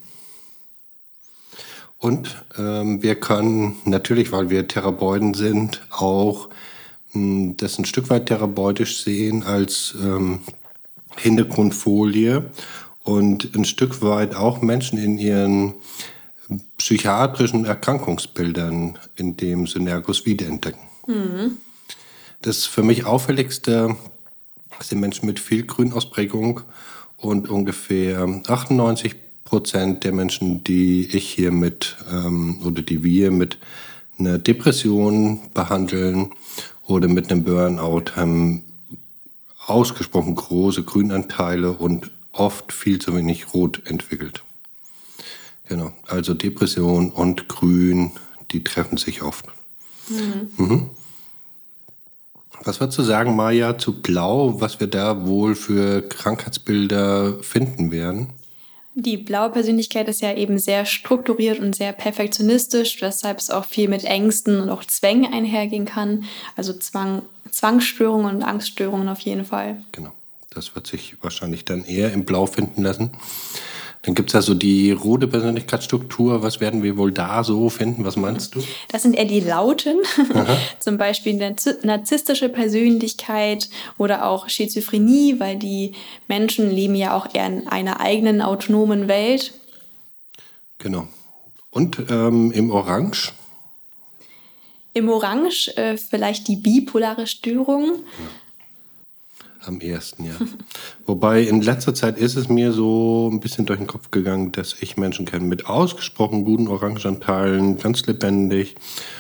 Und ähm, wir können natürlich, weil wir Therapeuten sind, auch mh, das ein Stück weit therapeutisch sehen als ähm, Hintergrundfolie und ein Stück weit auch Menschen in ihren psychiatrischen Erkrankungsbildern in dem Synergus wiederentdecken. Mhm. Das für mich auffälligste sind Menschen mit viel Grünausprägung und ungefähr achtundneunzig Prozent der Menschen, die ich hier mit ähm, oder die wir mit einer Depression behandeln oder mit einem Burnout, haben ausgesprochen große Grünanteile und oft viel zu wenig Rot entwickelt. Genau, also Depression und Grün, die treffen sich oft. Mhm. Mhm. Was würdest du sagen, Maja, zu Blau, was wir da wohl für Krankheitsbilder finden werden? Die blaue Persönlichkeit ist ja eben sehr strukturiert und sehr perfektionistisch, weshalb es auch viel mit Ängsten und auch Zwängen einhergehen kann. Also Zwang, Zwangsstörungen und Angststörungen auf jeden Fall. Genau, das wird sich wahrscheinlich dann eher im Blau finden lassen. Dann gibt es ja so die rote Persönlichkeitsstruktur. Was werden wir wohl da so finden? Was meinst du? Das sind eher die Lauten. Zum Beispiel eine narzisstische Persönlichkeit oder auch Schizophrenie, weil die Menschen leben ja auch eher in einer eigenen autonomen Welt. Genau. Und ähm, im Orange? Im Orange äh, vielleicht die bipolare Störung. Ja. Am ersten, ja. Wobei in letzter Zeit ist es mir so ein bisschen durch den Kopf gegangen, dass ich Menschen kenne mit ausgesprochen guten Orangeanteilen, ganz lebendig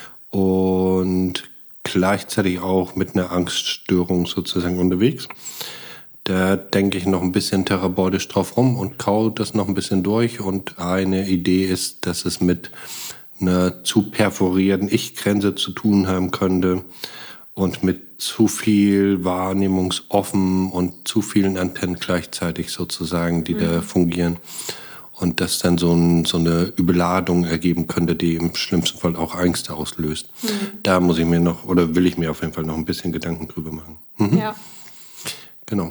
und gleichzeitig auch mit einer Angststörung sozusagen unterwegs. Da denke ich noch ein bisschen therapeutisch drauf rum und kau das noch ein bisschen durch. Und eine Idee ist, dass es mit einer zu perforierten Ich-Grenze zu tun haben könnte und mit zu viel wahrnehmungsoffen und zu vielen Antennen gleichzeitig sozusagen, die mhm. da fungieren. Und das dann so, ein, so eine Überladung ergeben könnte, die im schlimmsten Fall auch Ängste auslöst. Mhm. Da muss ich mir noch, oder will ich mir auf jeden Fall noch ein bisschen Gedanken drüber machen. Mhm. Ja. Genau.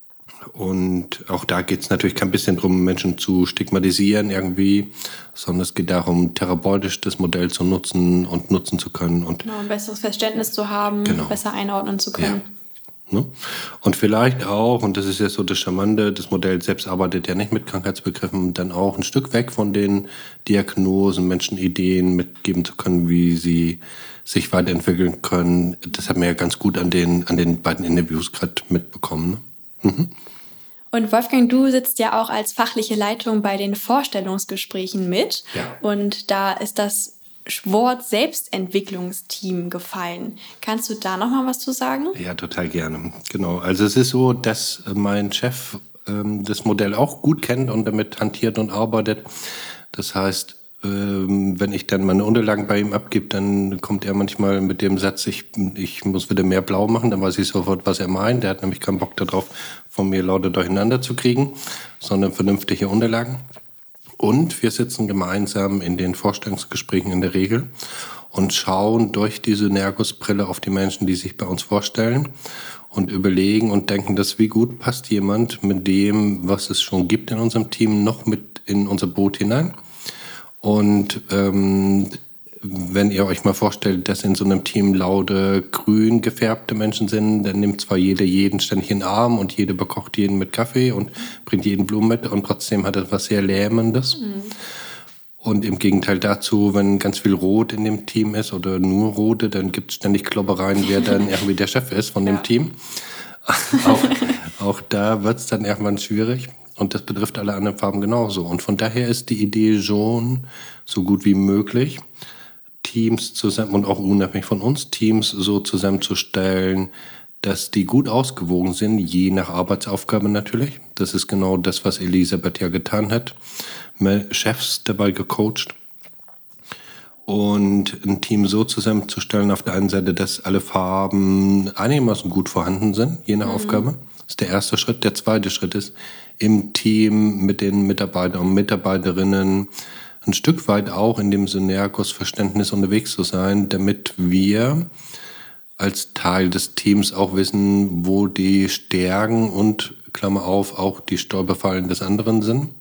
Und auch da geht es natürlich kein bisschen darum, Menschen zu stigmatisieren irgendwie, sondern es geht darum, therapeutisch das Modell zu nutzen und nutzen zu können. Und genau, ein besseres Verständnis zu haben, genau. besser einordnen zu können. Ja. Und vielleicht auch, und das ist ja so das Charmante, das Modell selbst arbeitet ja nicht mit Krankheitsbegriffen, dann auch ein Stück weg von den Diagnosen, Menschen Ideen mitgeben zu können, wie sie sich weiterentwickeln können. Das hat man ja ganz gut an den, an den beiden Interviews gerade mitbekommen. Ne? Mhm. Und Wolfgang, du sitzt ja auch als fachliche Leitung bei den Vorstellungsgesprächen mit. Ja. Und da ist das Wort Selbstentwicklungsteam gefallen. Kannst du da noch mal was zu sagen? Ja, total gerne. Genau. Also es ist so, dass mein Chef ähm, das Modell auch gut kennt und damit hantiert und arbeitet. Das heißt, ähm, wenn ich dann meine Unterlagen bei ihm abgebe, dann kommt er manchmal mit dem Satz, ich, ich muss wieder mehr blau machen, dann weiß ich sofort, was er meint. Der hat nämlich keinen Bock darauf, von mir lauter durcheinander zu kriegen, sondern vernünftige Unterlagen. Und wir sitzen gemeinsam in den Vorstellungsgesprächen in der Regel und schauen durch diese Synergus-Brille auf die Menschen, die sich bei uns vorstellen und überlegen und denken, dass wie gut passt jemand mit dem, was es schon gibt in unserem Team, noch mit in unser Boot hinein. Und ähm, wenn ihr euch mal vorstellt, dass in so einem Team laute, grün gefärbte Menschen sind, dann nimmt zwar jeder jeden ständig in den Arm und jeder bekocht jeden mit Kaffee und bringt jeden Blumen mit und trotzdem hat es was sehr Lähmendes. Mhm. Und im Gegenteil dazu, wenn ganz viel Rot in dem Team ist oder nur Rote, dann gibt es ständig Kloppereien, wer dann irgendwie der Chef ist von dem ja. Team. auch, auch da wird es dann irgendwann schwierig. Und das betrifft alle anderen Farben genauso. Und von daher ist die Idee schon so gut wie möglich, Teams zusammen und auch unabhängig von uns, Teams so zusammenzustellen, dass die gut ausgewogen sind, je nach Arbeitsaufgabe natürlich. Das ist genau das, was Elisabeth ja getan hat. Chefs dabei gecoacht. Und ein Team so zusammenzustellen, auf der einen Seite, dass alle Farben einigermaßen gut vorhanden sind, je nach mhm. Aufgabe. Das ist der erste Schritt. Der zweite Schritt ist, im Team mit den Mitarbeitern und Mitarbeiterinnen ein Stück weit auch in dem Synergos-Verständnis unterwegs zu sein, damit wir als Teil des Teams auch wissen, wo die Stärken und, Klammer auf, auch die Stolperfallen des anderen sind.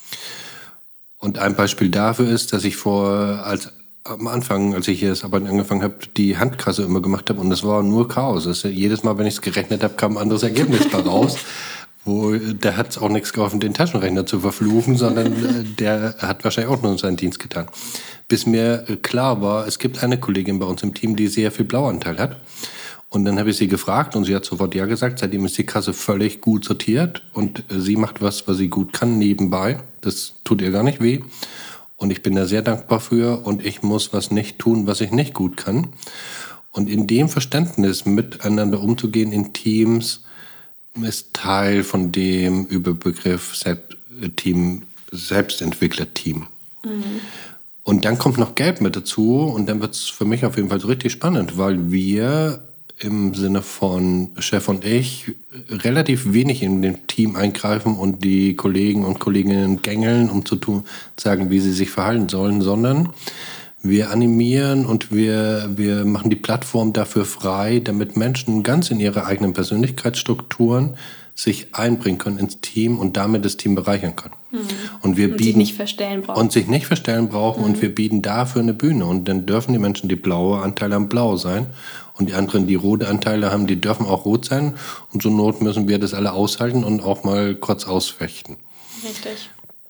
Und ein Beispiel dafür ist, dass ich vor, als am Anfang, als ich hier das Arbeiten angefangen habe, die Handkasse immer gemacht habe und es war nur Chaos. Das ist, jedes Mal, wenn ich es gerechnet habe, kam ein anderes Ergebnis daraus. Wo, der hat es auch nichts geholfen, den Taschenrechner zu verfluchen, sondern der hat wahrscheinlich auch nur seinen Dienst getan. Bis mir klar war, es gibt eine Kollegin bei uns im Team, die sehr viel Blauanteil hat. Und dann habe ich sie gefragt und sie hat sofort ja gesagt. Seitdem ist die Kasse völlig gut sortiert und sie macht was, was sie gut kann nebenbei. Das tut ihr gar nicht weh. Und ich bin da sehr dankbar für und ich muss was nicht tun, was ich nicht gut kann. Und in dem Verständnis, miteinander umzugehen in Teams, ist Teil von dem Überbegriff Selbst, Team, Selbstentwickler-Team. Mhm. Und dann kommt noch Gelb mit dazu und dann wird es für mich auf jeden Fall so richtig spannend, weil wir im Sinne von Chef und ich relativ wenig in dem Team eingreifen und die Kollegen und Kolleginnen gängeln, um zu tun, sagen, wie sie sich verhalten sollen, sondern wir animieren und wir, wir machen die Plattform dafür frei, damit Menschen ganz in ihre eigenen Persönlichkeitsstrukturen sich einbringen können ins Team und damit das Team bereichern können. Mhm. Und wir und bieten, sich nicht verstellen brauchen. Und sich nicht verstellen brauchen. Mhm. Und wir bieten dafür eine Bühne. Und dann dürfen die Menschen, die blaue Anteile haben, blau sein. Und die anderen, die rote Anteile haben, die dürfen auch rot sein. Und zur Not müssen wir das alle aushalten und auch mal kurz ausfechten. Richtig.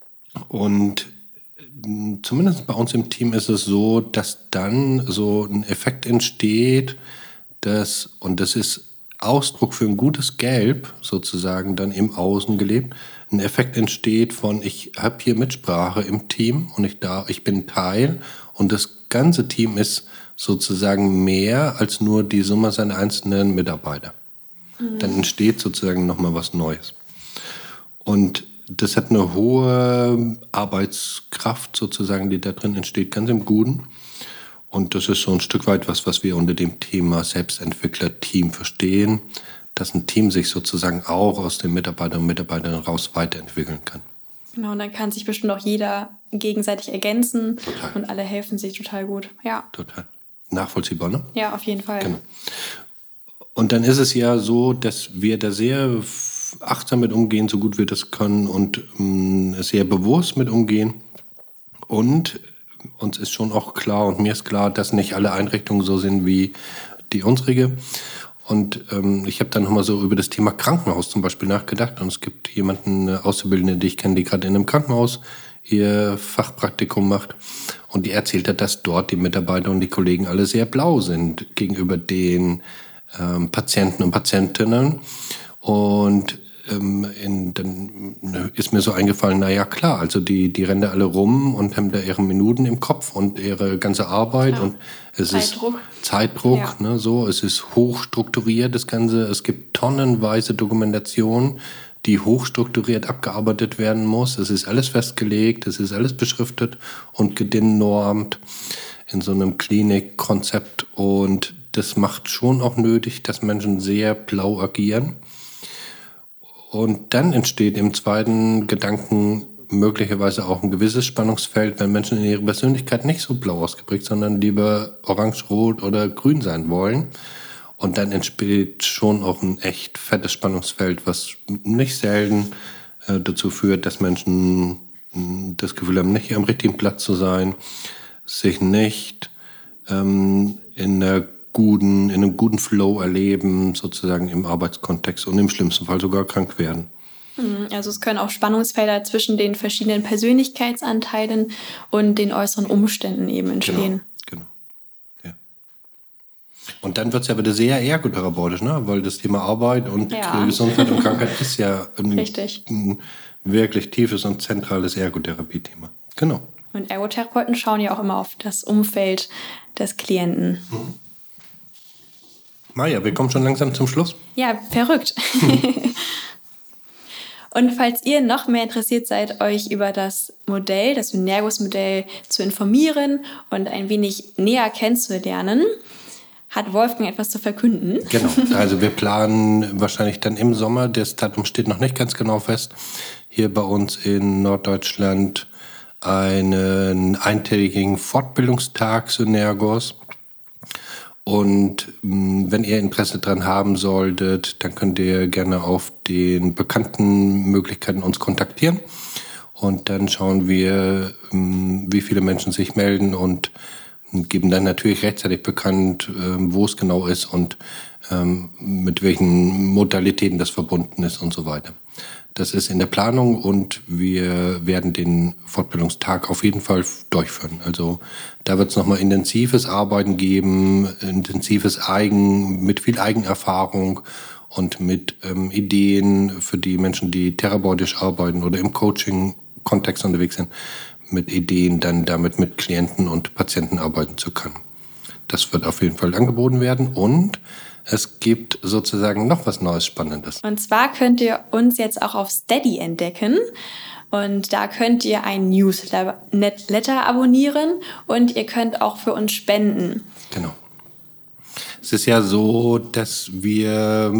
Und zumindest bei uns im Team ist es so, dass dann so ein Effekt entsteht, dass, und das ist Ausdruck für ein gutes Gelb sozusagen dann im Außen gelebt, ein Effekt entsteht von, ich habe hier Mitsprache im Team und ich, da, ich bin Teil und das ganze Team ist sozusagen mehr als nur die Summe seiner einzelnen Mitarbeiter. Mhm. Dann entsteht sozusagen nochmal was Neues. Und das hat eine hohe Arbeitskraft sozusagen, die da drin entsteht, ganz im Guten. Und das ist so ein Stück weit was, was wir unter dem Thema Selbstentwickler-Team verstehen, dass ein Team sich sozusagen auch aus den Mitarbeitern und Mitarbeiterinnen raus weiterentwickeln kann. Genau, und dann kann sich bestimmt auch jeder gegenseitig ergänzen. Total. Und alle helfen sich total gut. Ja. Total. Nachvollziehbar, ne? Ja, auf jeden Fall. Genau. Und dann ist es ja so, dass wir da sehr achtsam mit umgehen, so gut wir das können und mh, sehr bewusst mit umgehen. Und uns ist schon auch klar und mir ist klar, dass nicht alle Einrichtungen so sind wie die unsrige. Und ähm, ich habe dann nochmal so über das Thema Krankenhaus zum Beispiel nachgedacht. Und es gibt jemanden, eine Auszubildende, die ich kenne, die gerade in einem Krankenhaus ihr Fachpraktikum macht. Und die erzählt hat, dass dort die Mitarbeiter und die Kollegen alle sehr blau sind gegenüber den ähm, Patienten und Patientinnen. Und ähm, in, dann ist mir so eingefallen, na ja klar, also die, die rennen da alle rum und haben da ihre Minuten im Kopf und ihre ganze Arbeit. Ja. Und es Zeitdruck. ist Zeitdruck, ja. ne, so. Es ist hochstrukturiert, das Ganze. Es gibt tonnenweise Dokumentation, die hochstrukturiert abgearbeitet werden muss. Es ist alles festgelegt, es ist alles beschriftet und genormt in so einem Klinikkonzept. Und das macht schon auch nötig, dass Menschen sehr blau agieren. Und dann entsteht im zweiten Gedanken möglicherweise auch ein gewisses Spannungsfeld, wenn Menschen in ihrer Persönlichkeit nicht so blau ausgeprägt, sondern lieber orange, rot oder grün sein wollen. Und dann entsteht schon auch ein echt fettes Spannungsfeld, was nicht selten äh, dazu führt, dass Menschen mh, das Gefühl haben, nicht am richtigen Platz zu sein, sich nicht ähm, in einer guten, in einem guten Flow erleben, sozusagen im Arbeitskontext und im schlimmsten Fall sogar krank werden. Also es können auch Spannungsfelder zwischen den verschiedenen Persönlichkeitsanteilen und den äußeren Umständen eben entstehen. Genau, genau. Ja. Und dann wird es ja wieder sehr ergotherapeutisch, ne? Weil das Thema Arbeit und ja. Gesundheit und Krankheit ist ja ein, Richtig. ein wirklich tiefes und zentrales Ergotherapie-Thema. Genau. Und Ergotherapeuten schauen ja auch immer auf das Umfeld des Klienten. Mhm. Maja, wir kommen schon langsam zum Schluss. Ja, verrückt. Und falls ihr noch mehr interessiert seid, euch über das Modell, das Synergos-Modell zu informieren und ein wenig näher kennenzulernen, hat Wolfgang etwas zu verkünden. Genau, also wir planen wahrscheinlich dann im Sommer, das Datum steht noch nicht ganz genau fest, hier bei uns in Norddeutschland einen eintägigen Fortbildungstag Synergos. Und mh, wenn ihr Interesse dran haben solltet, dann könnt ihr gerne auf den bekannten Möglichkeiten uns kontaktieren. Und dann schauen wir, mh, wie viele Menschen sich melden und mh, geben dann natürlich rechtzeitig bekannt, äh, wo es genau ist und ähm, mit welchen Modalitäten das verbunden ist und so weiter. Das ist in der Planung und wir werden den Fortbildungstag auf jeden Fall durchführen. Also da wird es nochmal intensives Arbeiten geben, intensives Eigen, mit viel Eigenerfahrung und mit ähm, Ideen für die Menschen, die therapeutisch arbeiten oder im Coaching-Kontext unterwegs sind, mit Ideen dann damit mit Klienten und Patienten arbeiten zu können. Das wird auf jeden Fall angeboten werden und es gibt sozusagen noch was Neues, Spannendes. Und zwar könnt ihr uns jetzt auch auf Steady entdecken. Und da könnt ihr ein Newsletter abonnieren und ihr könnt auch für uns spenden. Genau. Es ist ja so, dass wir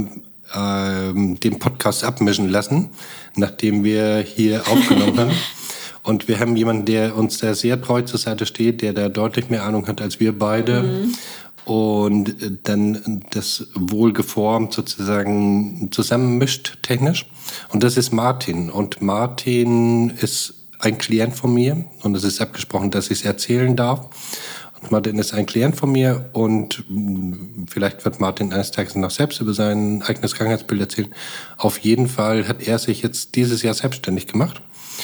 ähm, den Podcast abmischen lassen, nachdem wir hier aufgenommen haben. Und wir haben jemanden, der uns da sehr treu zur Seite steht, der da deutlich mehr Ahnung hat als wir beide. Mhm. Und dann das wohlgeformt sozusagen zusammenmischt technisch. Und das ist Martin. Und Martin ist ein Klient von mir. Und es ist abgesprochen, dass ich es erzählen darf. Und Martin ist ein Klient von mir. Und vielleicht wird Martin eines Tages noch selbst über sein eigenes Krankheitsbild erzählen. Auf jeden Fall hat er sich jetzt dieses Jahr selbstständig gemacht.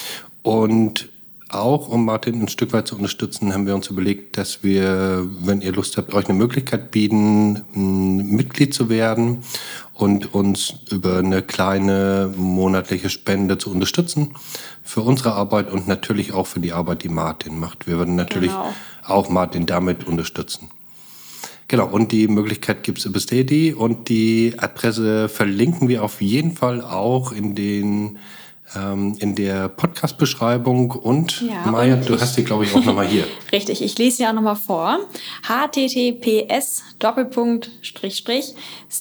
Und auch, um Martin ein Stück weit zu unterstützen, haben wir uns überlegt, dass wir, wenn ihr Lust habt, euch eine Möglichkeit bieten, Mitglied zu werden und uns über eine kleine monatliche Spende zu unterstützen für unsere Arbeit und natürlich auch für die Arbeit, die Martin macht. Wir würden natürlich genau. auch Martin damit unterstützen. Genau, und die Möglichkeit gibt es über Steady und die Adresse verlinken wir auf jeden Fall auch in den in der Podcast-Beschreibung und ja, Maja, du ich, hast die, glaube ich, auch nochmal hier. Richtig, ich lese sie auch nochmal vor. h t t p s Doppelpunkt Strich Strich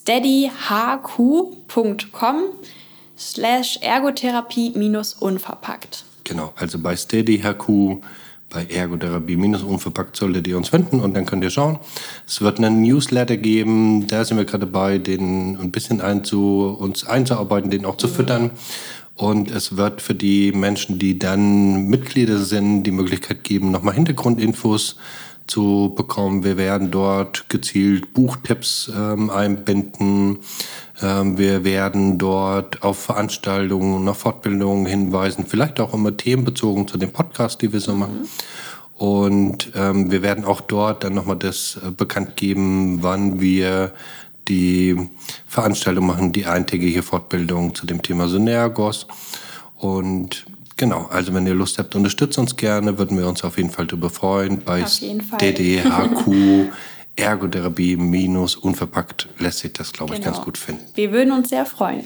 steadyhq.com slash Ergotherapie minus unverpackt. Genau, also bei SteadyHQ, bei Ergotherapie minus unverpackt solltet ihr uns finden und dann könnt ihr schauen. Es wird einen Newsletter geben, da sind wir gerade dabei, den ein bisschen einzu, uns einzuarbeiten, den auch zu füttern. Und es wird für die Menschen, die dann Mitglieder sind, die Möglichkeit geben, nochmal Hintergrundinfos zu bekommen. Wir werden dort gezielt Buchtipps ähm, einbinden. Ähm, wir werden dort auf Veranstaltungen, auf Fortbildungen hinweisen, vielleicht auch immer themenbezogen zu dem Podcast, die wir so machen. Mhm. Und ähm, wir werden auch dort dann nochmal das äh, bekannt geben, wann wir die Veranstaltung machen, die eintägige Fortbildung zu dem Thema Synergos. Und genau, also wenn ihr Lust habt, unterstützt uns gerne, würden wir uns auf jeden Fall darüber freuen. Bei D D H Q Ergotherapie minus unverpackt lässt sich das, glaube ich, genau. ganz gut finden. Wir würden uns sehr freuen.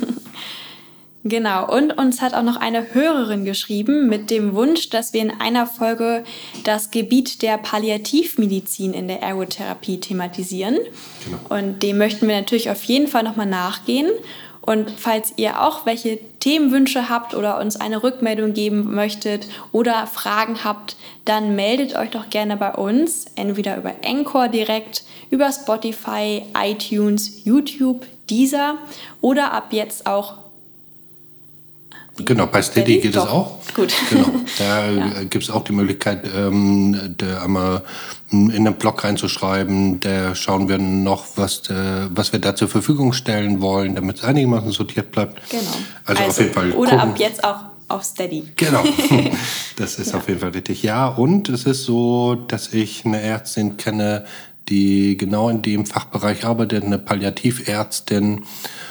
Genau, und uns hat auch noch eine Hörerin geschrieben mit dem Wunsch, dass wir in einer Folge das Gebiet der Palliativmedizin in der Ergotherapie thematisieren. Genau. Und dem möchten wir natürlich auf jeden Fall nochmal nachgehen. Und falls ihr auch welche Themenwünsche habt oder uns eine Rückmeldung geben möchtet oder Fragen habt, dann meldet euch doch gerne bei uns, entweder über Anchor direkt, über Spotify, iTunes, YouTube, Deezer oder ab jetzt auch Genau, bei Steady geht es auch. Gut. Genau, da ja. gibt es auch die Möglichkeit, ähm, da einmal in den Blog reinzuschreiben. Da schauen wir noch, was, äh, was wir da zur Verfügung stellen wollen, damit es einigermaßen sortiert bleibt. Genau. Also, also auf jeden Fall oder gucken. Ab jetzt auch auf Steady. Genau, das ist ja. auf jeden Fall richtig. Ja, und es ist so, dass ich eine Ärztin kenne, die genau in dem Fachbereich arbeitet, eine Palliativärztin,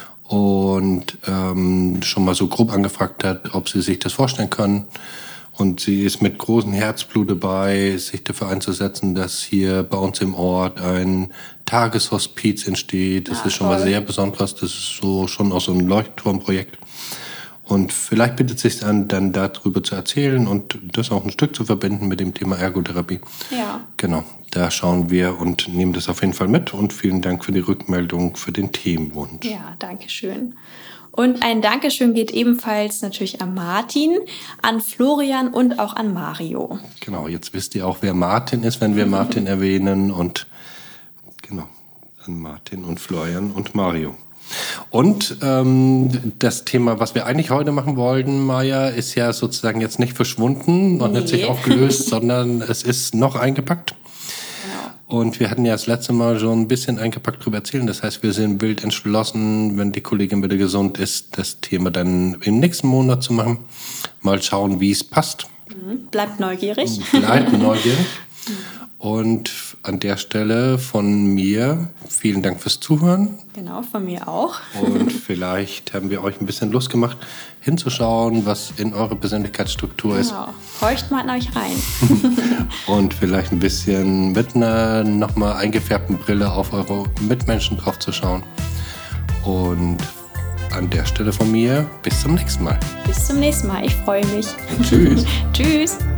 und ähm, schon mal so grob angefragt hat, ob sie sich das vorstellen können. Und sie ist mit großem Herzblut dabei, sich dafür einzusetzen, dass hier bei uns im Ort ein Tageshospiz entsteht. Das ja, ist schon toll. mal sehr Besonderes. Das ist so schon auch so ein Leuchtturmprojekt. Und vielleicht bietet es sich an, dann darüber zu erzählen und das auch ein Stück zu verbinden mit dem Thema Ergotherapie. Ja. Genau, da schauen wir und nehmen das auf jeden Fall mit. Und vielen Dank für die Rückmeldung, für den Themenwunsch. Ja, danke schön. Und ein Dankeschön geht ebenfalls natürlich an Martin, an Florian und auch an Mario. Genau, jetzt wisst ihr auch, wer Martin ist, wenn wir Martin erwähnen. Und genau, an Martin und Florian und Mario. Und ähm, das Thema, was wir eigentlich heute machen wollten, Maja, ist ja sozusagen jetzt nicht verschwunden und nee. hat sich aufgelöst, sondern es ist noch eingepackt. Und wir hatten ja das letzte Mal schon ein bisschen eingepackt drüber erzählt. Das heißt, wir sind wild entschlossen, wenn die Kollegin wieder gesund ist, das Thema dann im nächsten Monat zu machen. Mal schauen, wie es passt. Bleibt neugierig. Bleibt neugierig. Und an der Stelle von mir vielen Dank fürs Zuhören. Genau, von mir auch. Und vielleicht haben wir euch ein bisschen Lust gemacht, hinzuschauen, was in eurer Persönlichkeitsstruktur ist. Genau, horcht mal in euch rein. Und vielleicht ein bisschen mit einer nochmal eingefärbten Brille auf eure Mitmenschen drauf zu schauen. Und an der Stelle von mir, bis zum nächsten Mal. Bis zum nächsten Mal, ich freue mich. Tschüss. Tschüss.